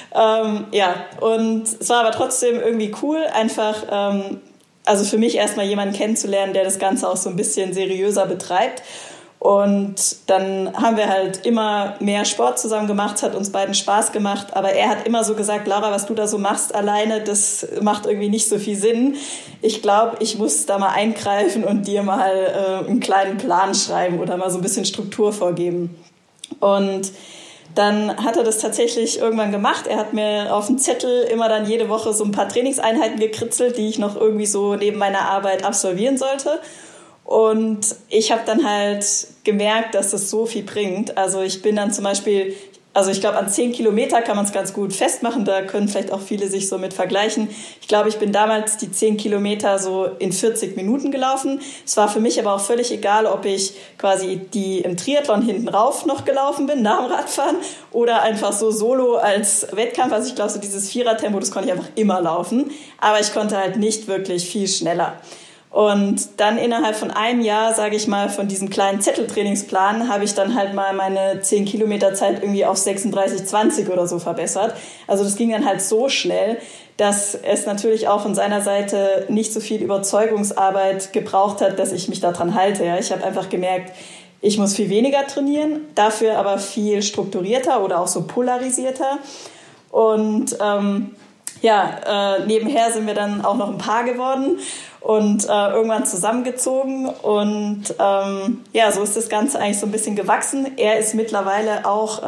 Und es war aber trotzdem irgendwie cool, einfach also für mich erstmal jemanden kennenzulernen, der das Ganze auch so ein bisschen seriöser betreibt. Und dann haben wir halt immer mehr Sport zusammen gemacht, es hat uns beiden Spaß gemacht. Aber er hat immer so gesagt, Laura, was du da so machst alleine, das macht irgendwie nicht so viel Sinn. Ich glaube, ich muss da mal eingreifen und dir mal einen kleinen Plan schreiben oder mal so ein bisschen Struktur vorgeben. Und dann hat er das tatsächlich irgendwann gemacht. Er hat mir auf den Zettel immer dann jede Woche so ein paar Trainingseinheiten gekritzelt, die ich noch irgendwie so neben meiner Arbeit absolvieren sollte. Und ich habe dann halt gemerkt, dass das so viel bringt. Also ich bin dann zum Beispiel, ich glaube, an 10 Kilometer kann man es ganz gut festmachen. Da können vielleicht auch viele sich so mit vergleichen. Ich glaube, ich bin damals die 10 Kilometer so in 40 Minuten gelaufen. Es war für mich aber auch völlig egal, ob ich quasi die im Triathlon hinten rauf noch gelaufen bin, nach dem Radfahren, oder einfach so solo als Wettkampf. Also ich glaube, so dieses Vierertempo, das konnte ich einfach immer laufen. Aber ich konnte halt nicht wirklich viel schneller. Und dann innerhalb von einem Jahr, sage ich mal, von diesem kleinen Zetteltrainingsplan habe ich dann halt mal meine 10 Kilometer Zeit irgendwie auf 36,20 oder so verbessert. Also das ging dann halt so schnell, dass es natürlich auch von seiner Seite nicht so viel Überzeugungsarbeit gebraucht hat, dass ich mich daran halte. Ja. Ich habe einfach gemerkt, ich muss viel weniger trainieren, dafür aber viel strukturierter oder auch so polarisierter. Und nebenher sind wir dann auch noch ein Paar geworden und irgendwann zusammengezogen. Und so ist das Ganze eigentlich so ein bisschen gewachsen. Er ist mittlerweile auch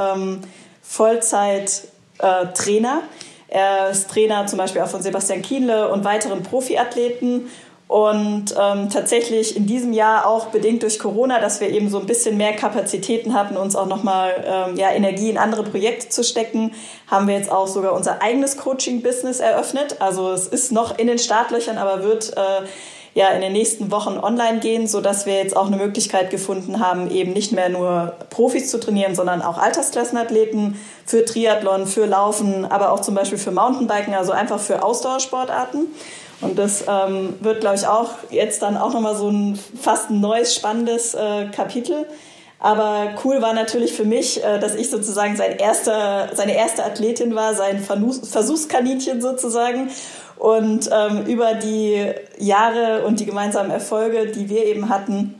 Vollzeit-Trainer. Er ist Trainer zum Beispiel auch von Sebastian Kienle und weiteren Profiathleten. Und tatsächlich in diesem Jahr auch bedingt durch Corona, dass wir eben so ein bisschen mehr Kapazitäten hatten, uns auch nochmal Energie in andere Projekte zu stecken, haben wir jetzt auch sogar unser eigenes Coaching-Business eröffnet. Also es ist noch in den Startlöchern, aber wird in den nächsten Wochen online gehen, sodass wir jetzt auch eine Möglichkeit gefunden haben, eben nicht mehr nur Profis zu trainieren, sondern auch Altersklassenathleten für Triathlon, für Laufen, aber auch zum Beispiel für Mountainbiken, also einfach für Ausdauersportarten. Und das wird, glaube ich, auch jetzt dann auch nochmal so ein fast ein neues, spannendes Kapitel. Aber cool war natürlich für mich, dass ich sozusagen seine erste Athletin war, sein Versuchskaninchen sozusagen. Und über die Jahre und die gemeinsamen Erfolge, die wir eben hatten,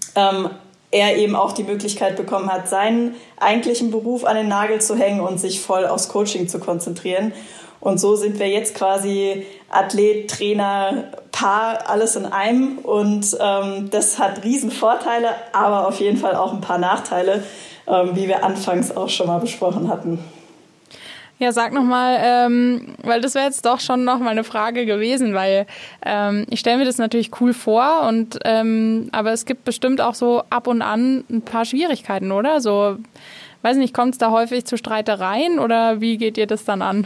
er eben auch die Möglichkeit bekommen hat, seinen eigentlichen Beruf an den Nagel zu hängen und sich voll aufs Coaching zu konzentrieren. Und so sind wir jetzt quasi Athlet, Trainer, Paar, alles in einem. Und das hat riesen Vorteile, aber auf jeden Fall auch ein paar Nachteile, wie wir anfangs auch schon mal besprochen hatten. Ja, sag nochmal, weil das wäre jetzt doch schon noch mal eine Frage gewesen, weil ich stelle mir das natürlich cool vor, und aber es gibt bestimmt auch so ab und an ein paar Schwierigkeiten, oder? So, weiß nicht, kommt es da häufig zu Streitereien oder wie geht ihr das dann an?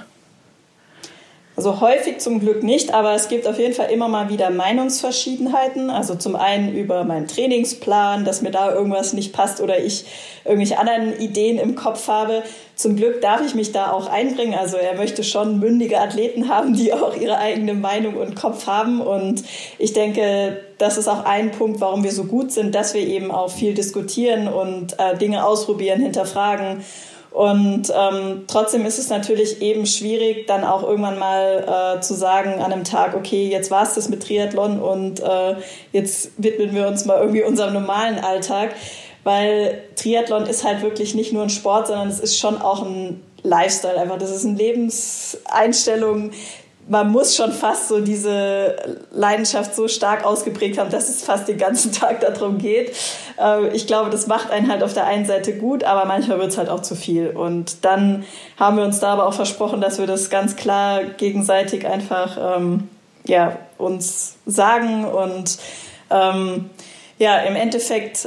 Also häufig zum Glück nicht, aber es gibt auf jeden Fall immer mal wieder Meinungsverschiedenheiten. Also zum einen über meinen Trainingsplan, dass mir da irgendwas nicht passt oder ich irgendwelche anderen Ideen im Kopf habe. Zum Glück darf ich mich da auch einbringen. Also er möchte schon mündige Athleten haben, die auch ihre eigene Meinung und Kopf haben. Und ich denke, das ist auch ein Punkt, warum wir so gut sind, dass wir eben auch viel diskutieren und Dinge ausprobieren, hinterfragen. Und trotzdem ist es natürlich eben schwierig, dann auch irgendwann mal zu sagen an einem Tag, okay, jetzt war es das mit Triathlon und jetzt widmen wir uns mal irgendwie unserem normalen Alltag. Weil Triathlon ist halt wirklich nicht nur ein Sport, sondern es ist schon auch ein Lifestyle einfach. Das ist eine Lebenseinstellung. Man muss schon fast so diese Leidenschaft so stark ausgeprägt haben, dass es fast den ganzen Tag darum geht. Ich glaube, das macht einen halt auf der einen Seite gut, aber manchmal wird es halt auch zu viel. Und dann haben wir uns da aber auch versprochen, dass wir das ganz klar gegenseitig einfach uns sagen. Und im Endeffekt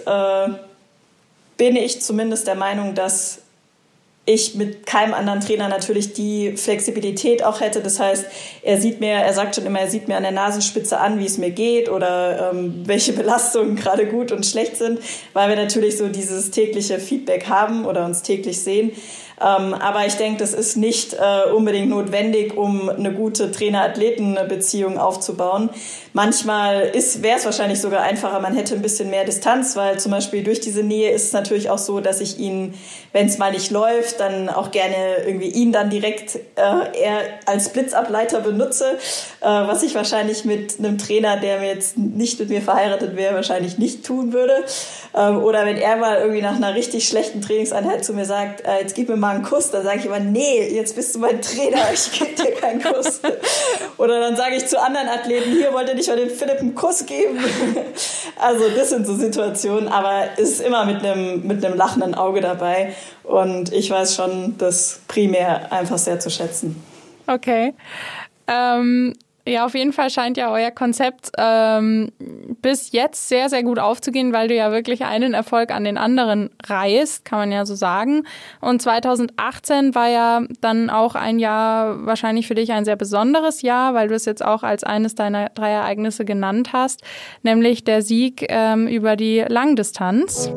bin ich zumindest der Meinung, dass ich mit keinem anderen Trainer natürlich die Flexibilität auch hätte. Das heißt, er sagt schon immer, er sieht mir an der Nasenspitze an, wie es mir geht oder welche Belastungen gerade gut und schlecht sind, weil wir natürlich so dieses tägliche Feedback haben oder uns täglich sehen. Aber ich denke, das ist nicht unbedingt notwendig, um eine gute Trainer-Athleten-Beziehung aufzubauen. Manchmal wäre es wahrscheinlich sogar einfacher, man hätte ein bisschen mehr Distanz, weil zum Beispiel durch diese Nähe ist es natürlich auch so, dass ich ihn, wenn es mal nicht läuft, dann auch gerne irgendwie ihn dann direkt eher als Blitzableiter benutze, was ich wahrscheinlich mit einem Trainer, der mir jetzt nicht mit mir verheiratet wäre, wahrscheinlich nicht tun würde. Oder wenn er mal irgendwie nach einer richtig schlechten Trainingseinheit zu mir sagt, jetzt gib mir mal einen Kuss, dann sage ich immer, nee, jetzt bist du mein Trainer, ich gebe dir keinen Kuss. Oder dann sage ich zu anderen Athleten, hier wollt ihr nicht mal den Philipp einen Kuss geben. Also das sind so Situationen, aber es ist immer mit einem lachenden Auge dabei und ich weiß schon das primär einfach sehr zu schätzen. Okay. Ja, auf jeden Fall scheint ja euer Konzept bis jetzt sehr, sehr gut aufzugehen, weil du ja wirklich einen Erfolg an den anderen reihst, kann man ja so sagen. Und 2018 war ja dann auch ein Jahr wahrscheinlich für dich ein sehr besonderes Jahr, weil du es jetzt auch als eines deiner 3 Ereignisse genannt hast, nämlich der Sieg über die Langdistanz.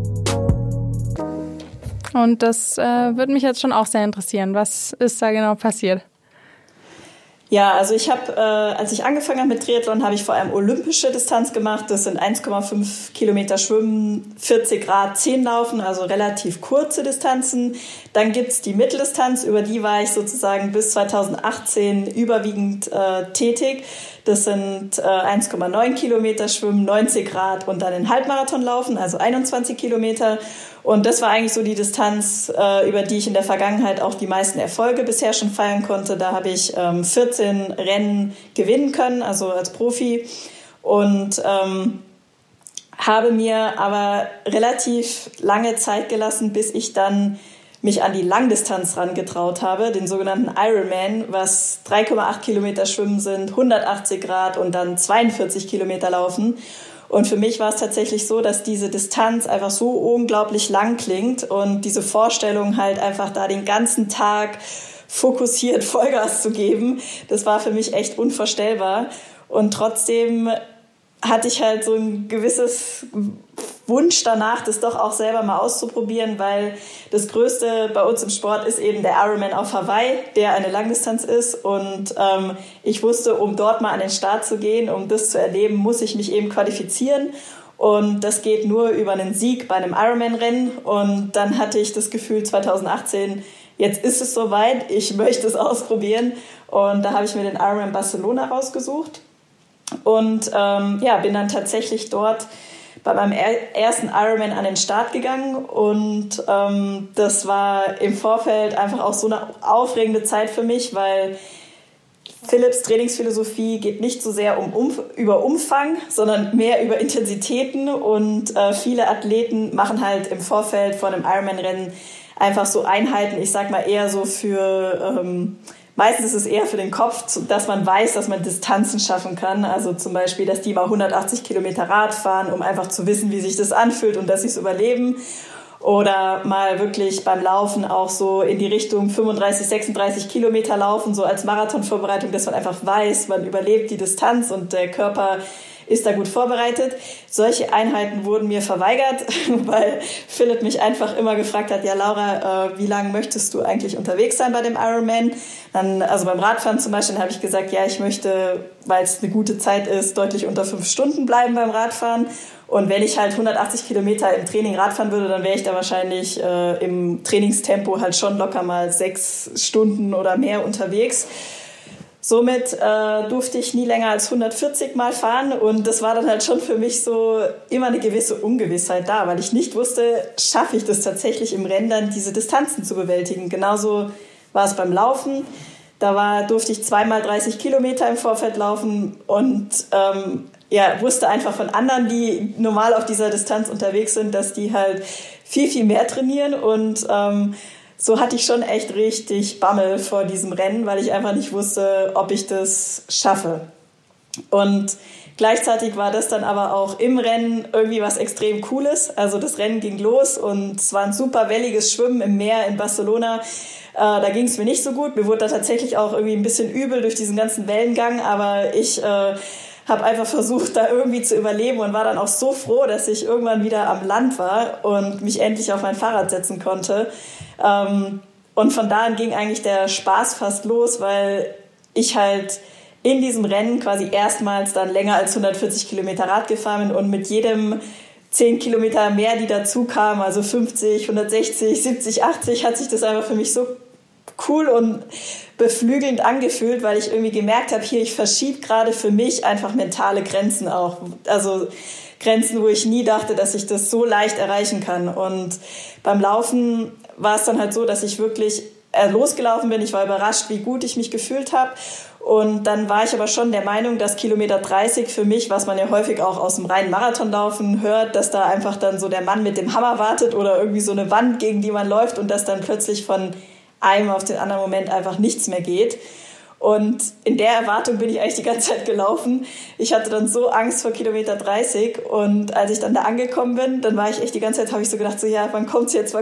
Und das würde mich jetzt schon auch sehr interessieren. Was ist da genau passiert? Ja, also ich habe, als ich angefangen habe mit Triathlon, habe ich vor allem olympische Distanz gemacht. Das sind 1,5 Kilometer Schwimmen, 40 Grad, 10 Laufen, also relativ kurze Distanzen. Dann gibt's die Mitteldistanz, über die war ich sozusagen bis 2018 überwiegend tätig. Das sind 1,9 Kilometer Schwimmen, 90 Grad und dann den Halbmarathon laufen, also 21 Kilometer. Und das war eigentlich so die Distanz, über die ich in der Vergangenheit auch die meisten Erfolge bisher schon feiern konnte. Da habe ich 14 Rennen gewinnen können, also als Profi. Und habe mir aber relativ lange Zeit gelassen, bis ich dann mich an die Langdistanz rangetraut habe, den sogenannten Ironman, was 3,8 Kilometer Schwimmen sind, 180 Grad und dann 42 Kilometer Laufen. Und für mich war es tatsächlich so, dass diese Distanz einfach so unglaublich lang klingt und diese Vorstellung halt einfach da den ganzen Tag fokussiert Vollgas zu geben, das war für mich echt unvorstellbar. Und trotzdem hatte ich halt so ein gewisses Wunsch danach, das doch auch selber mal auszuprobieren, weil das Größte bei uns im Sport ist eben der Ironman auf Hawaii, der eine Langdistanz ist. Und ich wusste, um dort mal an den Start zu gehen, um das zu erleben, muss ich mich eben qualifizieren. Und das geht nur über einen Sieg bei einem Ironman-Rennen. Und dann hatte ich das Gefühl 2018, jetzt ist es soweit, ich möchte es ausprobieren. Und da habe ich mir den Ironman Barcelona rausgesucht. Und bin dann tatsächlich dort bei meinem ersten Ironman an den Start gegangen und das war im Vorfeld einfach auch so eine aufregende Zeit für mich, weil Philipps Trainingsphilosophie geht nicht so sehr über Umfang, sondern mehr über Intensitäten und viele Athleten machen halt im Vorfeld vor einem Ironman-Rennen einfach so Einheiten, ich sag mal eher so für... Meistens ist es eher für den Kopf, dass man weiß, dass man Distanzen schaffen kann. Also zum Beispiel, dass die mal 180 Kilometer Rad fahren, um einfach zu wissen, wie sich das anfühlt und dass sie es überleben. Oder mal wirklich beim Laufen auch so in die Richtung 35, 36 Kilometer laufen, so als Marathonvorbereitung, dass man einfach weiß, man überlebt die Distanz und der Körper ist da gut vorbereitet. Solche Einheiten wurden mir verweigert, weil Philipp mich einfach immer gefragt hat, ja Laura, wie lange möchtest du eigentlich unterwegs sein bei dem Ironman? Dann, also beim Radfahren zum Beispiel, habe ich gesagt, ja, ich möchte, weil es eine gute Zeit ist, deutlich unter 5 Stunden bleiben beim Radfahren. Und wenn ich halt 180 Kilometer im Training Radfahren würde, dann wäre ich da wahrscheinlich im Trainingstempo halt schon locker mal 6 Stunden oder mehr unterwegs. Somit durfte ich nie länger als 140 Mal fahren und das war dann halt schon für mich so immer eine gewisse Ungewissheit da, weil ich nicht wusste, schaffe ich das tatsächlich im Rennen dann, diese Distanzen zu bewältigen. Genauso war es beim Laufen. Da durfte ich 2-mal 30 Kilometer im Vorfeld laufen und wusste einfach von anderen, die normal auf dieser Distanz unterwegs sind, dass die halt viel, viel mehr trainieren und so hatte ich schon echt richtig Bammel vor diesem Rennen, weil ich einfach nicht wusste, ob ich das schaffe. Und gleichzeitig war das dann aber auch im Rennen irgendwie was extrem Cooles. Also das Rennen ging los und es war ein super welliges Schwimmen im Meer in Barcelona. Da ging es mir nicht so gut. Mir wurde da tatsächlich auch irgendwie ein bisschen übel durch diesen ganzen Wellengang, aber ich habe einfach versucht, da irgendwie zu überleben und war dann auch so froh, dass ich irgendwann wieder am Land war und mich endlich auf mein Fahrrad setzen konnte. Und von da an ging eigentlich der Spaß fast los, weil ich halt in diesem Rennen quasi erstmals dann länger als 140 Kilometer Rad gefahren bin und mit jedem 10 Kilometer mehr, die dazu kamen, also 50, 160, 70, 80, hat sich das einfach für mich so cool und beflügelnd angefühlt, weil ich irgendwie gemerkt habe, hier, ich verschiebe gerade für mich einfach mentale Grenzen auch. Also Grenzen, wo ich nie dachte, dass ich das so leicht erreichen kann. Und beim Laufen war es dann halt so, dass ich wirklich losgelaufen bin. Ich war überrascht, wie gut ich mich gefühlt habe. Und dann war ich aber schon der Meinung, dass Kilometer 30 für mich, was man ja häufig auch aus dem reinen Marathonlaufen hört, dass da einfach dann so der Mann mit dem Hammer wartet oder irgendwie so eine Wand, gegen die man läuft und dass dann plötzlich von einem auf den anderen Moment einfach nichts mehr geht. Und in der Erwartung bin ich eigentlich die ganze Zeit gelaufen. Ich hatte dann so Angst vor Kilometer 30 und als ich dann da angekommen bin, dann war ich echt die ganze Zeit, habe ich so gedacht, so ja, wann kommt's jetzt?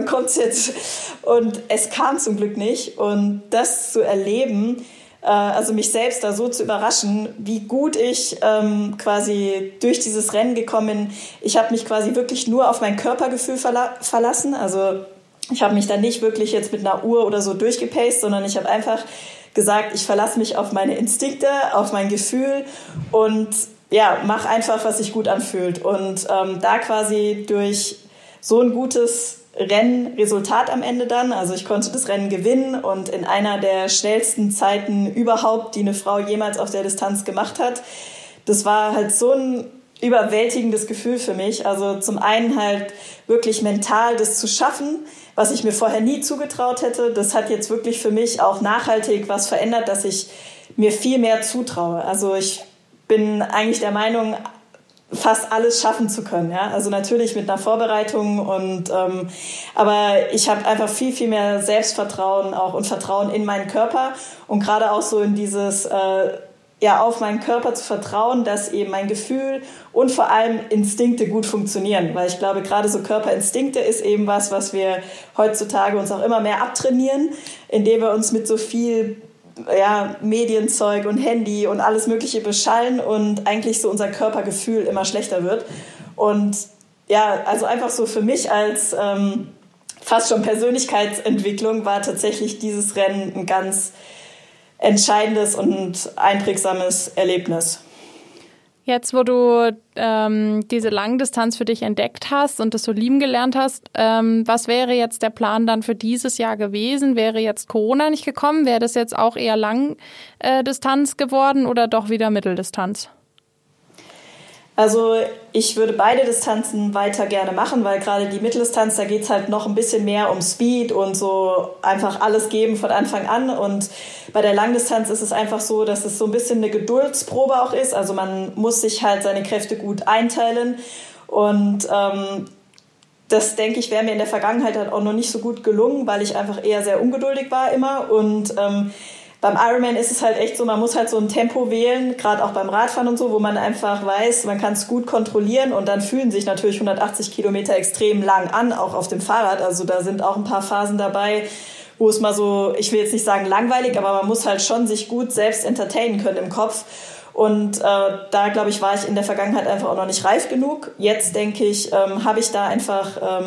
Und es kam zum Glück nicht. Und das zu erleben, also mich selbst da so zu überraschen, wie gut ich quasi durch dieses Rennen gekommen bin. Ich habe mich quasi wirklich nur auf mein Körpergefühl verlassen. Also ich habe mich dann nicht wirklich jetzt mit einer Uhr oder so durchgepaced, sondern ich habe einfach gesagt, ich verlasse mich auf meine Instinkte, auf mein Gefühl und ja, mach einfach, was sich gut anfühlt. Und da quasi durch so ein gutes Rennresultat am Ende dann, also ich konnte das Rennen gewinnen und in einer der schnellsten Zeiten überhaupt, die eine Frau jemals auf der Distanz gemacht hat. Das war halt so ein überwältigendes Gefühl für mich. Also zum einen halt wirklich mental das zu schaffen, was ich mir vorher nie zugetraut hätte. Das hat jetzt wirklich für mich auch nachhaltig was verändert, dass ich mir viel mehr zutraue. Also ich bin eigentlich der Meinung, fast alles schaffen zu können. Ja? Also natürlich mit einer Vorbereitung aber ich habe einfach viel, viel mehr Selbstvertrauen auch und Vertrauen in meinen Körper und gerade auch so in dieses auf meinen Körper zu vertrauen, dass eben mein Gefühl und vor allem Instinkte gut funktionieren. Weil ich glaube, gerade so Körperinstinkte ist eben was wir heutzutage uns auch immer mehr abtrainieren, indem wir uns mit so viel Medienzeug und Handy und alles Mögliche beschallen und eigentlich so unser Körpergefühl immer schlechter wird. Und ja, also einfach so für mich als fast schon Persönlichkeitsentwicklung war tatsächlich dieses Rennen ein ganz entscheidendes und einprägsames Erlebnis. Jetzt, wo du diese Langdistanz für dich entdeckt hast und das so lieben gelernt hast, was wäre jetzt der Plan dann für dieses Jahr gewesen? Wäre jetzt Corona nicht gekommen? Wäre das jetzt auch eher Langdistanz geworden oder doch wieder Mitteldistanz? Also ich würde beide Distanzen weiter gerne machen, weil gerade die Mitteldistanz, da geht es halt noch ein bisschen mehr um Speed und so einfach alles geben von Anfang an. Und bei der Langdistanz ist es einfach so, dass es so ein bisschen eine Geduldsprobe auch ist. Also man muss sich halt seine Kräfte gut einteilen. Und das, denke ich, wäre mir in der Vergangenheit halt auch noch nicht so gut gelungen, weil ich einfach eher sehr ungeduldig war immer. Und beim Ironman ist es halt echt so, man muss halt so ein Tempo wählen, gerade auch beim Radfahren und so, wo man einfach weiß, man kann es gut kontrollieren und dann fühlen sich natürlich 180 Kilometer extrem lang an, auch auf dem Fahrrad. Also da sind auch ein paar Phasen dabei, wo es mal so, ich will jetzt nicht sagen langweilig, aber man muss halt schon sich gut selbst entertainen können im Kopf. Und da, glaube ich, war ich in der Vergangenheit einfach auch noch nicht reif genug. Jetzt, denke ich, habe ich da einfach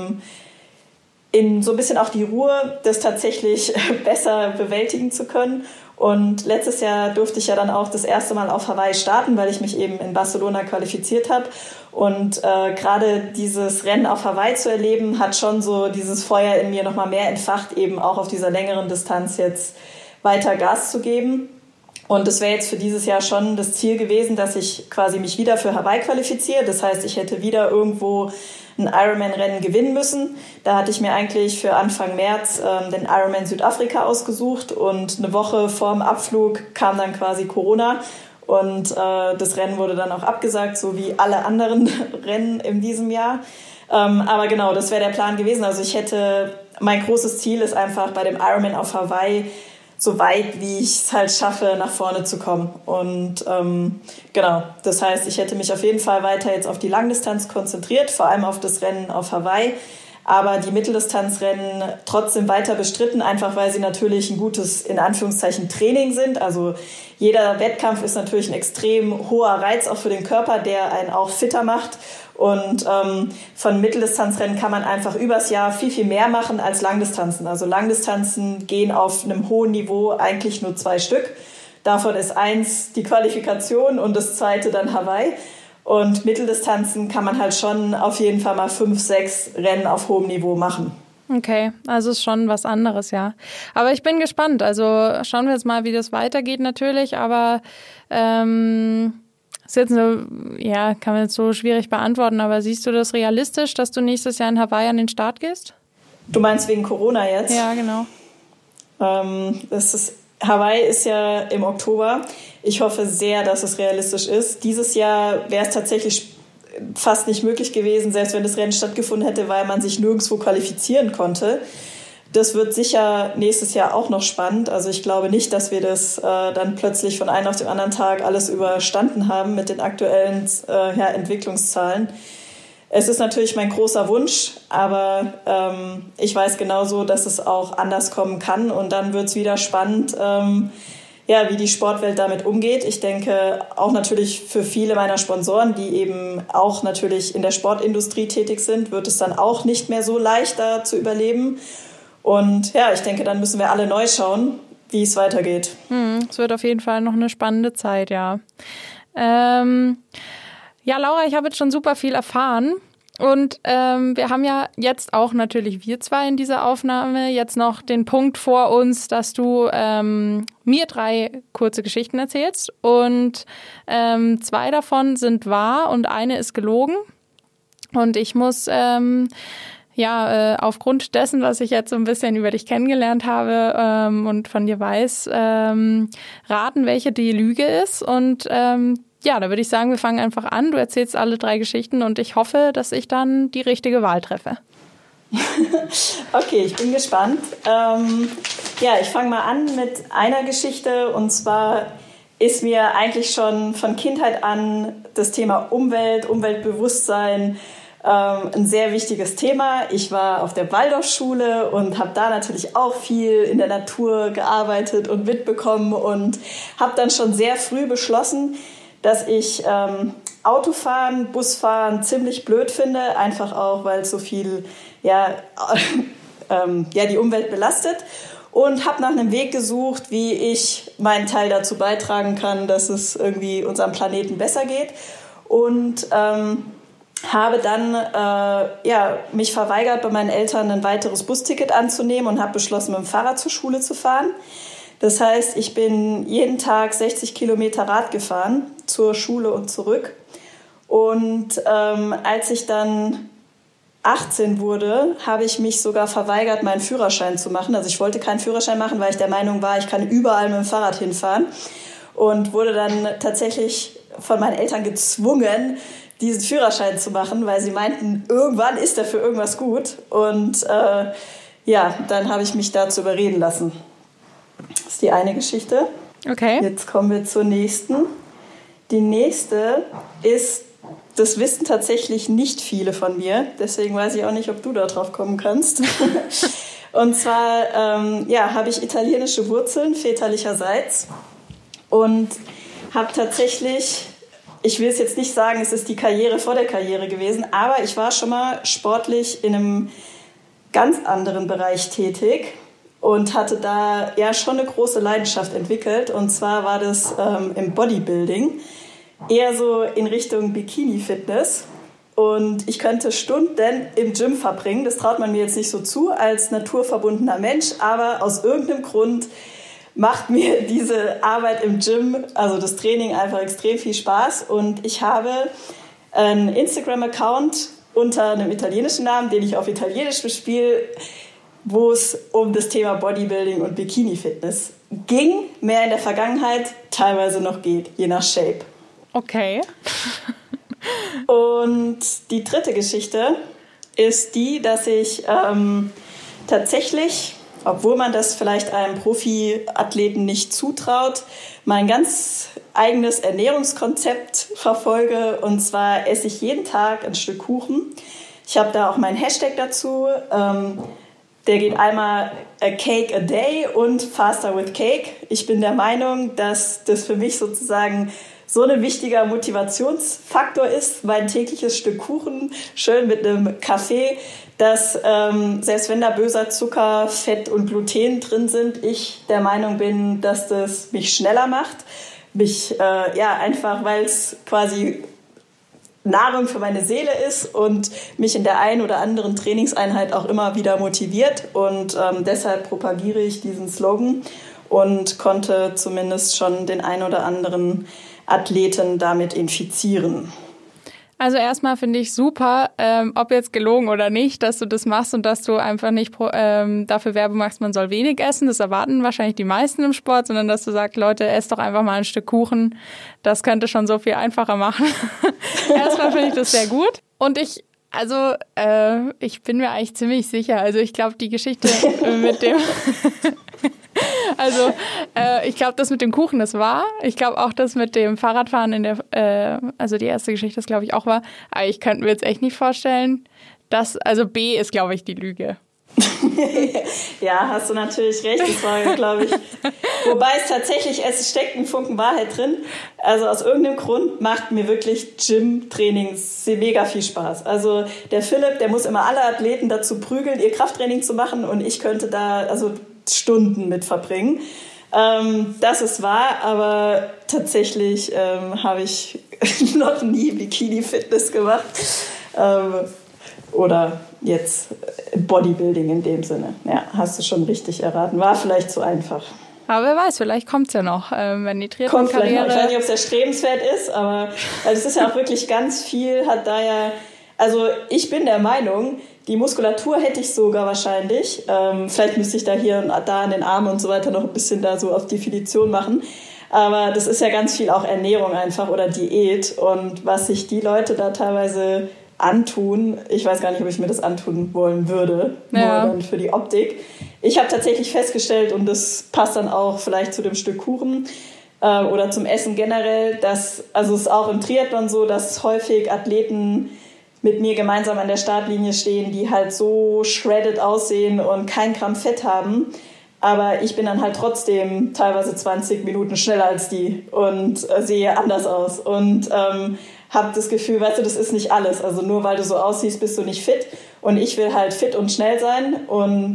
in so ein bisschen auch die Ruhe, das tatsächlich besser bewältigen zu können. Und letztes Jahr durfte ich ja dann auch das erste Mal auf Hawaii starten, weil ich mich eben in Barcelona qualifiziert habe. Und gerade dieses Rennen auf Hawaii zu erleben, hat schon so dieses Feuer in mir nochmal mehr entfacht, eben auch auf dieser längeren Distanz jetzt weiter Gas zu geben. Und es wäre jetzt für dieses Jahr schon das Ziel gewesen, dass ich quasi mich wieder für Hawaii qualifiziere. Das heißt, ich hätte wieder irgendwo ein Ironman-Rennen gewinnen müssen. Da hatte ich mir eigentlich für Anfang März den Ironman Südafrika ausgesucht und eine Woche vorm Abflug kam dann quasi Corona und das Rennen wurde dann auch abgesagt, so wie alle anderen Rennen in diesem Jahr. Aber genau, das wäre der Plan gewesen. Also mein großes Ziel ist einfach bei dem Ironman auf Hawaii so weit, wie ich es halt schaffe, nach vorne zu kommen. Und genau, das heißt, ich hätte mich auf jeden Fall weiter jetzt auf die Langdistanz konzentriert, vor allem auf das Rennen auf Hawaii. aber die Mitteldistanzrennen trotzdem weiter bestritten, einfach weil sie natürlich ein gutes, in Anführungszeichen, Training sind. Also jeder Wettkampf ist natürlich ein extrem hoher Reiz auch für den Körper, der einen auch fitter macht. Und von Mitteldistanzrennen kann man einfach übers Jahr viel, viel mehr machen als Langdistanzen. Also Langdistanzen gehen auf einem hohen Niveau eigentlich nur 2 Stück. Davon ist 1 die Qualifikation und das 2. dann Hawaii. Und Mitteldistanzen kann man halt schon auf jeden Fall mal 5, 6 Rennen auf hohem Niveau machen. Okay, also ist schon was anderes, ja. Aber ich bin gespannt. Also schauen wir jetzt mal, wie das weitergeht natürlich. Aber ist jetzt kann man jetzt so schwierig beantworten. Aber siehst du das realistisch, dass du nächstes Jahr in Hawaii an den Start gehst? Du meinst wegen Corona jetzt? Ja, genau. Hawaii ist ja im Oktober. Ich hoffe sehr, dass es realistisch ist. Dieses Jahr wäre es tatsächlich fast nicht möglich gewesen, selbst wenn das Rennen stattgefunden hätte, weil man sich nirgendwo qualifizieren konnte. Das wird sicher nächstes Jahr auch noch spannend. Also ich glaube nicht, dass wir das dann plötzlich von einem auf den anderen Tag alles überstanden haben mit den aktuellen Entwicklungszahlen. Es ist natürlich mein großer Wunsch, aber ich weiß genauso, dass es auch anders kommen kann. Und dann wird es wieder spannend, wie die Sportwelt damit umgeht. Ich denke auch natürlich für viele meiner Sponsoren, die eben auch natürlich in der Sportindustrie tätig sind, wird es dann auch nicht mehr so leicht, da zu überleben. Und ja, ich denke, dann müssen wir alle neu schauen, wie es weitergeht. Es wird auf jeden Fall noch eine spannende Zeit, ja. Ja, Laura, ich habe jetzt schon super viel erfahren und wir haben ja jetzt auch natürlich wir zwei in dieser Aufnahme jetzt noch den Punkt vor uns, dass du mir 3 kurze Geschichten erzählst und 2 davon sind wahr und eine ist gelogen und ich muss aufgrund dessen, was ich jetzt so ein bisschen über dich kennengelernt habe und von dir weiß, raten, welche die Lüge ist und da würde ich sagen, wir fangen einfach an. Du erzählst alle 3 Geschichten und ich hoffe, dass ich dann die richtige Wahl treffe. Okay, ich bin gespannt. Ich fange mal an mit einer Geschichte und zwar ist mir eigentlich schon von Kindheit an das Thema Umweltbewusstsein ein sehr wichtiges Thema. Ich war auf der Waldorfschule und habe da natürlich auch viel in der Natur gearbeitet und mitbekommen und habe dann schon sehr früh beschlossen, dass ich Autofahren, Busfahren ziemlich blöd finde, einfach auch, weil es so viel die Umwelt belastet und habe nach einem Weg gesucht, wie ich meinen Teil dazu beitragen kann, dass es irgendwie unserem Planeten besser geht und habe dann mich verweigert, bei meinen Eltern ein weiteres Busticket anzunehmen und habe beschlossen, mit dem Fahrrad zur Schule zu fahren. Das heißt, ich bin jeden Tag 60 Kilometer Rad gefahren, zur Schule und zurück. Und als ich dann 18 wurde, habe ich mich sogar verweigert, meinen Führerschein zu machen. Also ich wollte keinen Führerschein machen, weil ich der Meinung war, ich kann überall mit dem Fahrrad hinfahren. Und wurde dann tatsächlich von meinen Eltern gezwungen, diesen Führerschein zu machen, weil sie meinten, irgendwann ist der für irgendwas gut. Und dann habe ich mich dazu überreden lassen. Das ist die eine Geschichte. Okay. Jetzt kommen wir zur nächsten. Die nächste ist, das wissen tatsächlich nicht viele von mir, deswegen weiß ich auch nicht, ob du da drauf kommen kannst. Und zwar habe ich italienische Wurzeln väterlicherseits und habe tatsächlich, ich will es jetzt nicht sagen, es ist die Karriere vor der Karriere gewesen, aber ich war schon mal sportlich in einem ganz anderen Bereich tätig. Und hatte da schon eine große Leidenschaft entwickelt. Und zwar war das im Bodybuilding, eher so in Richtung Bikini-Fitness. Und ich könnte Stunden im Gym verbringen. Das traut man mir jetzt nicht so zu als naturverbundener Mensch. Aber aus irgendeinem Grund macht mir diese Arbeit im Gym, also das Training, einfach extrem viel Spaß. Und ich habe einen Instagram-Account unter einem italienischen Namen, den ich auf Italienisch bespiele, wo es um das Thema Bodybuilding und Bikini-Fitness ging, mehr in der Vergangenheit, teilweise noch geht, je nach Shape. Okay. Und die dritte Geschichte ist die, dass ich tatsächlich, obwohl man das vielleicht einem Profiathleten nicht zutraut, mein ganz eigenes Ernährungskonzept verfolge. Und zwar esse ich jeden Tag ein Stück Kuchen. Ich habe da auch meinen Hashtag dazu. Der geht einmal a cake a day und faster with cake. Ich bin der Meinung, dass das für mich sozusagen so ein wichtiger Motivationsfaktor ist, mein tägliches Stück Kuchen, schön mit einem Kaffee, dass selbst wenn da böser Zucker, Fett und Gluten drin sind, ich der Meinung bin, dass das mich schneller macht. Mich einfach, weil es quasi Nahrung für meine Seele ist und mich in der einen oder anderen Trainingseinheit auch immer wieder motiviert. Und deshalb propagiere ich diesen Slogan und konnte zumindest schon den einen oder anderen Athleten damit infizieren. Also erstmal finde ich super, ob jetzt gelogen oder nicht, dass du das machst und dass du einfach nicht dafür Werbung machst, man soll wenig essen. Das erwarten wahrscheinlich die meisten im Sport, sondern dass du sagst, Leute, esst doch einfach mal ein Stück Kuchen. Das könnte schon so viel einfacher machen. Erstmal finde ich das sehr gut. Und ich bin mir eigentlich ziemlich sicher. Also ich glaube, die Geschichte mit dem... ich glaube, das mit dem Kuchen, das war. Ich glaube auch, das mit dem Fahrradfahren die erste Geschichte, das glaube ich auch war. Aber ich könnte mir jetzt echt nicht vorstellen, B ist, glaube ich, die Lüge. Ja, hast du natürlich recht. Das war, glaube ich, wobei es steckt ein Funken Wahrheit drin. Also aus irgendeinem Grund macht mir wirklich Gym-Training mega viel Spaß. Also der Philipp, der muss immer alle Athleten dazu prügeln, ihr Krafttraining zu machen und ich könnte da Stunden mit verbringen. Das ist wahr, aber tatsächlich habe ich noch nie Bikini-Fitness gemacht. Oder jetzt Bodybuilding in dem Sinne. Ja, hast du schon richtig erraten. War vielleicht zu einfach. Aber wer weiß, vielleicht kommt es ja noch, wenn die Triathlon-Karriere... Ich weiß nicht, ob es erstrebenswert ist, aber es ist ja auch wirklich ganz viel, ich bin der Meinung, die Muskulatur hätte ich sogar wahrscheinlich. Vielleicht müsste ich da hier und da an den Armen und so weiter noch ein bisschen da so auf Definition machen. Aber das ist ja ganz viel auch Ernährung einfach oder Diät. Und was sich die Leute da teilweise antun, ich weiß gar nicht, ob ich mir das antun wollen würde, nur dann für die Optik. Ich habe tatsächlich festgestellt, und das passt dann auch vielleicht zu dem Stück Kuchen oder zum Essen generell, es ist auch im Triathlon so, dass häufig Athleten mit mir gemeinsam an der Startlinie stehen, die halt so shredded aussehen und kein Gramm Fett haben. Aber ich bin dann halt trotzdem teilweise 20 Minuten schneller als die und sehe anders aus. Und habe das Gefühl, weißt du, das ist nicht alles. Also nur weil du so aussiehst, bist du nicht fit. Und ich will halt fit und schnell sein. Und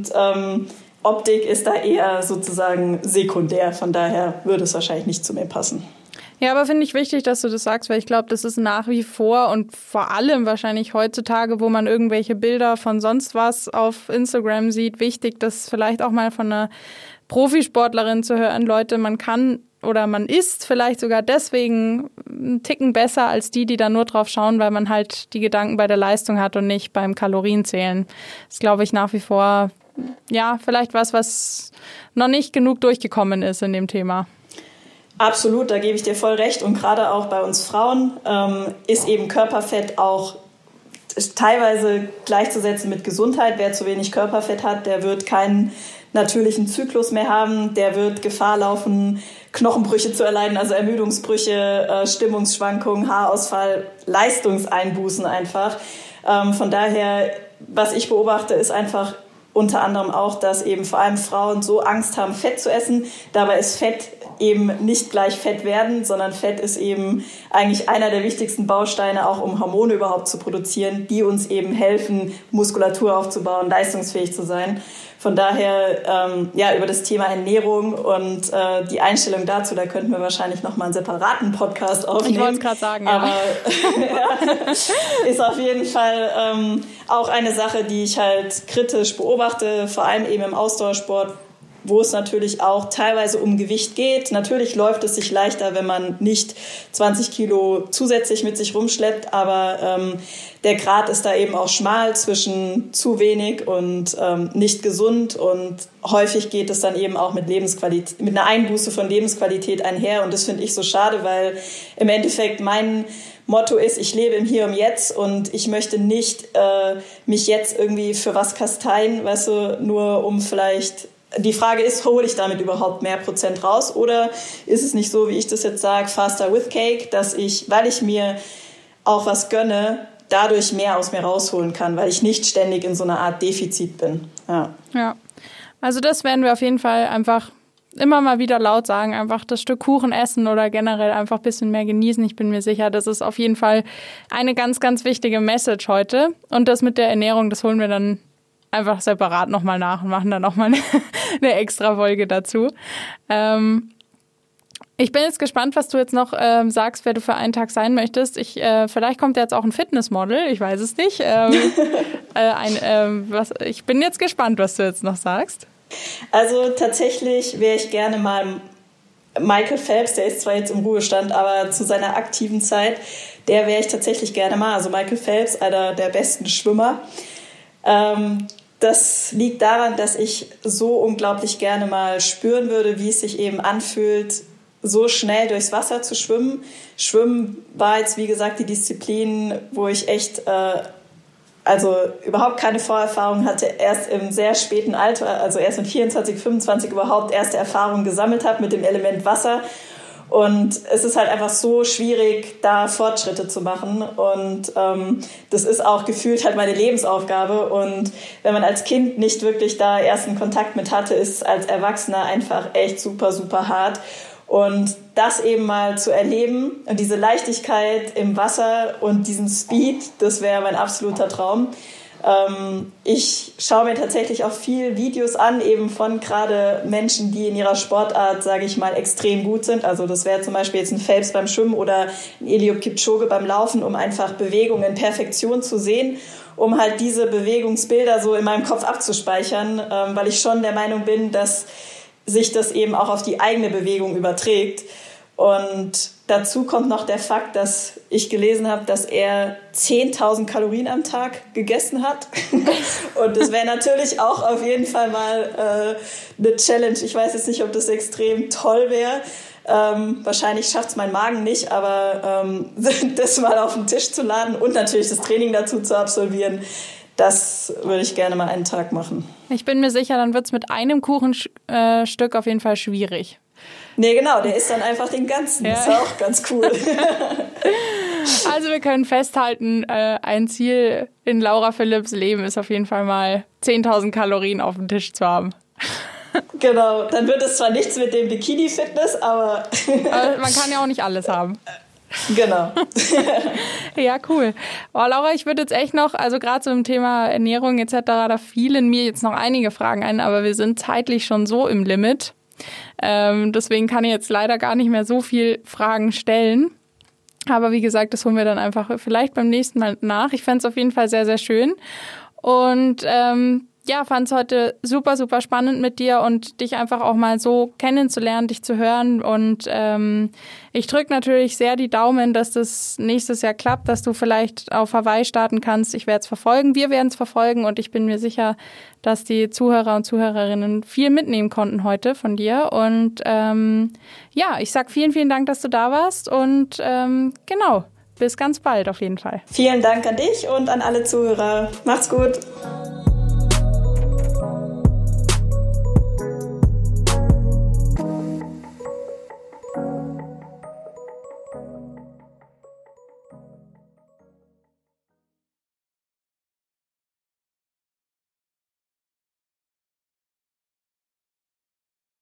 Optik ist da eher sozusagen sekundär. Von daher würde es wahrscheinlich nicht zu mir passen. Ja, aber finde ich wichtig, dass du das sagst, weil ich glaube, das ist nach wie vor und vor allem wahrscheinlich heutzutage, wo man irgendwelche Bilder von sonst was auf Instagram sieht, wichtig, das vielleicht auch mal von einer Profisportlerin zu hören. Leute, man kann oder man ist vielleicht sogar deswegen einen Ticken besser als die da nur drauf schauen, weil man halt die Gedanken bei der Leistung hat und nicht beim Kalorienzählen. Das ist, glaube ich, nach wie vor, ja, vielleicht was noch nicht genug durchgekommen ist in dem Thema. Absolut, da gebe ich dir voll recht. Und gerade auch bei uns Frauen ist eben Körperfett auch teilweise gleichzusetzen mit Gesundheit. Wer zu wenig Körperfett hat, der wird keinen natürlichen Zyklus mehr haben. Der wird Gefahr laufen, Knochenbrüche zu erleiden, also Ermüdungsbrüche, Stimmungsschwankungen, Haarausfall, Leistungseinbußen einfach. Von daher, was ich beobachte, ist einfach unter anderem auch, dass eben vor allem Frauen so Angst haben, Fett zu essen. Dabei ist Fett eben nicht gleich Fett werden, sondern Fett ist eben eigentlich einer der wichtigsten Bausteine, auch um Hormone überhaupt zu produzieren, die uns eben helfen, Muskulatur aufzubauen, leistungsfähig zu sein. Von daher, über das Thema Ernährung und die Einstellung dazu, da könnten wir wahrscheinlich noch mal einen separaten Podcast aufnehmen. Ich wollte es gerade sagen, aber ist auf jeden Fall auch eine Sache, die ich halt kritisch beobachte, vor allem eben im Ausdauersport, wo es natürlich auch teilweise um Gewicht geht. Natürlich läuft es sich leichter, wenn man nicht 20 Kilo zusätzlich mit sich rumschleppt, aber der Grat ist da eben auch schmal zwischen zu wenig und nicht gesund, und häufig geht es dann eben auch mit Lebensqualität, mit einer Einbuße von Lebensqualität einher, und das finde ich so schade, weil im Endeffekt mein Motto ist, ich lebe im Hier und Jetzt und ich möchte nicht mich jetzt irgendwie für was kasteien, weißt du, nur um vielleicht... Die Frage ist, hole ich damit überhaupt mehr Prozent raus, oder ist es nicht so, wie ich das jetzt sage, faster with cake, dass ich, weil ich mir auch was gönne, dadurch mehr aus mir rausholen kann, weil ich nicht ständig in so einer Art Defizit bin. Ja, also das werden wir auf jeden Fall einfach immer mal wieder laut sagen, einfach das Stück Kuchen essen oder generell einfach ein bisschen mehr genießen. Ich bin mir sicher, das ist auf jeden Fall eine ganz, ganz wichtige Message heute. Und das mit der Ernährung, das holen wir dann einfach separat nochmal nach und machen dann nochmal eine extra Folge dazu. Ich bin jetzt gespannt, was du jetzt noch sagst, wer du für einen Tag sein möchtest. Vielleicht kommt jetzt auch ein Fitnessmodel, ich weiß es nicht. Ich bin jetzt gespannt, was du jetzt noch sagst. Also tatsächlich wäre ich gerne mal Michael Phelps, der ist zwar jetzt im Ruhestand, aber zu seiner aktiven Zeit, der wäre ich tatsächlich gerne mal. Also Michael Phelps, einer der besten Schwimmer. Das liegt daran, dass ich so unglaublich gerne mal spüren würde, wie es sich eben anfühlt, so schnell durchs Wasser zu schwimmen. Schwimmen war jetzt, wie gesagt, die Disziplin, wo ich echt überhaupt keine Vorerfahrung hatte, erst im sehr späten Alter, also erst mit 24, 25 überhaupt erste Erfahrungen gesammelt habe mit dem Element Wasser. Und es ist halt einfach so schwierig, da Fortschritte zu machen. Und das ist auch gefühlt halt meine Lebensaufgabe. Und wenn man als Kind nicht wirklich da ersten Kontakt mit hatte, ist es als Erwachsener einfach echt super, super hart. Und das eben mal zu erleben und diese Leichtigkeit im Wasser und diesen Speed, das wäre mein absoluter Traum. Ich schaue mir tatsächlich auch viel Videos an, eben von gerade Menschen, die in ihrer Sportart, sage ich mal, extrem gut sind. Also das wäre zum Beispiel jetzt ein Phelps beim Schwimmen oder ein Eliud Kipchoge beim Laufen, um einfach Bewegungen in Perfektion zu sehen, um halt diese Bewegungsbilder so in meinem Kopf abzuspeichern, weil ich schon der Meinung bin, dass sich das eben auch auf die eigene Bewegung überträgt. Und dazu kommt noch der Fakt, dass ich gelesen habe, dass er 10.000 Kalorien am Tag gegessen hat. Und das wäre natürlich auch auf jeden Fall mal eine Challenge. Ich weiß jetzt nicht, ob das extrem toll wäre. Wahrscheinlich schafft es mein Magen nicht, aber das mal auf den Tisch zu laden und natürlich das Training dazu zu absolvieren, das würde ich gerne mal einen Tag machen. Ich bin mir sicher, dann wird es mit einem Kuchenstück auf jeden Fall schwierig. Nee, genau, der isst dann einfach den ganzen. Ja. Das ist auch ganz cool. Also wir können festhalten, ein Ziel in Laura Philipps Leben ist auf jeden Fall mal 10.000 Kalorien auf dem Tisch zu haben. Genau, dann wird es zwar nichts mit dem Bikini-Fitness, aber man kann ja auch nicht alles haben. Genau. Ja, cool. Oh, Laura, ich würde jetzt echt noch, also gerade zum Thema Ernährung etc., da fielen mir jetzt noch einige Fragen ein, aber wir sind zeitlich schon so im Limit. Deswegen kann ich jetzt leider gar nicht mehr so viel Fragen stellen. Aber wie gesagt, das holen wir dann einfach vielleicht beim nächsten Mal nach. Ich fände es auf jeden Fall sehr, sehr schön. Und fand es heute super, super spannend mit dir und dich einfach auch mal so kennenzulernen, dich zu hören. Und ich drücke natürlich sehr die Daumen, dass das nächstes Jahr klappt, dass du vielleicht auf Hawaii starten kannst. Ich werde es verfolgen, wir werden es verfolgen und ich bin mir sicher, dass die Zuhörer und Zuhörerinnen viel mitnehmen konnten heute von dir. Und ich sag vielen, vielen Dank, dass du da warst und genau, bis ganz bald auf jeden Fall. Vielen Dank an dich und an alle Zuhörer. Macht's gut.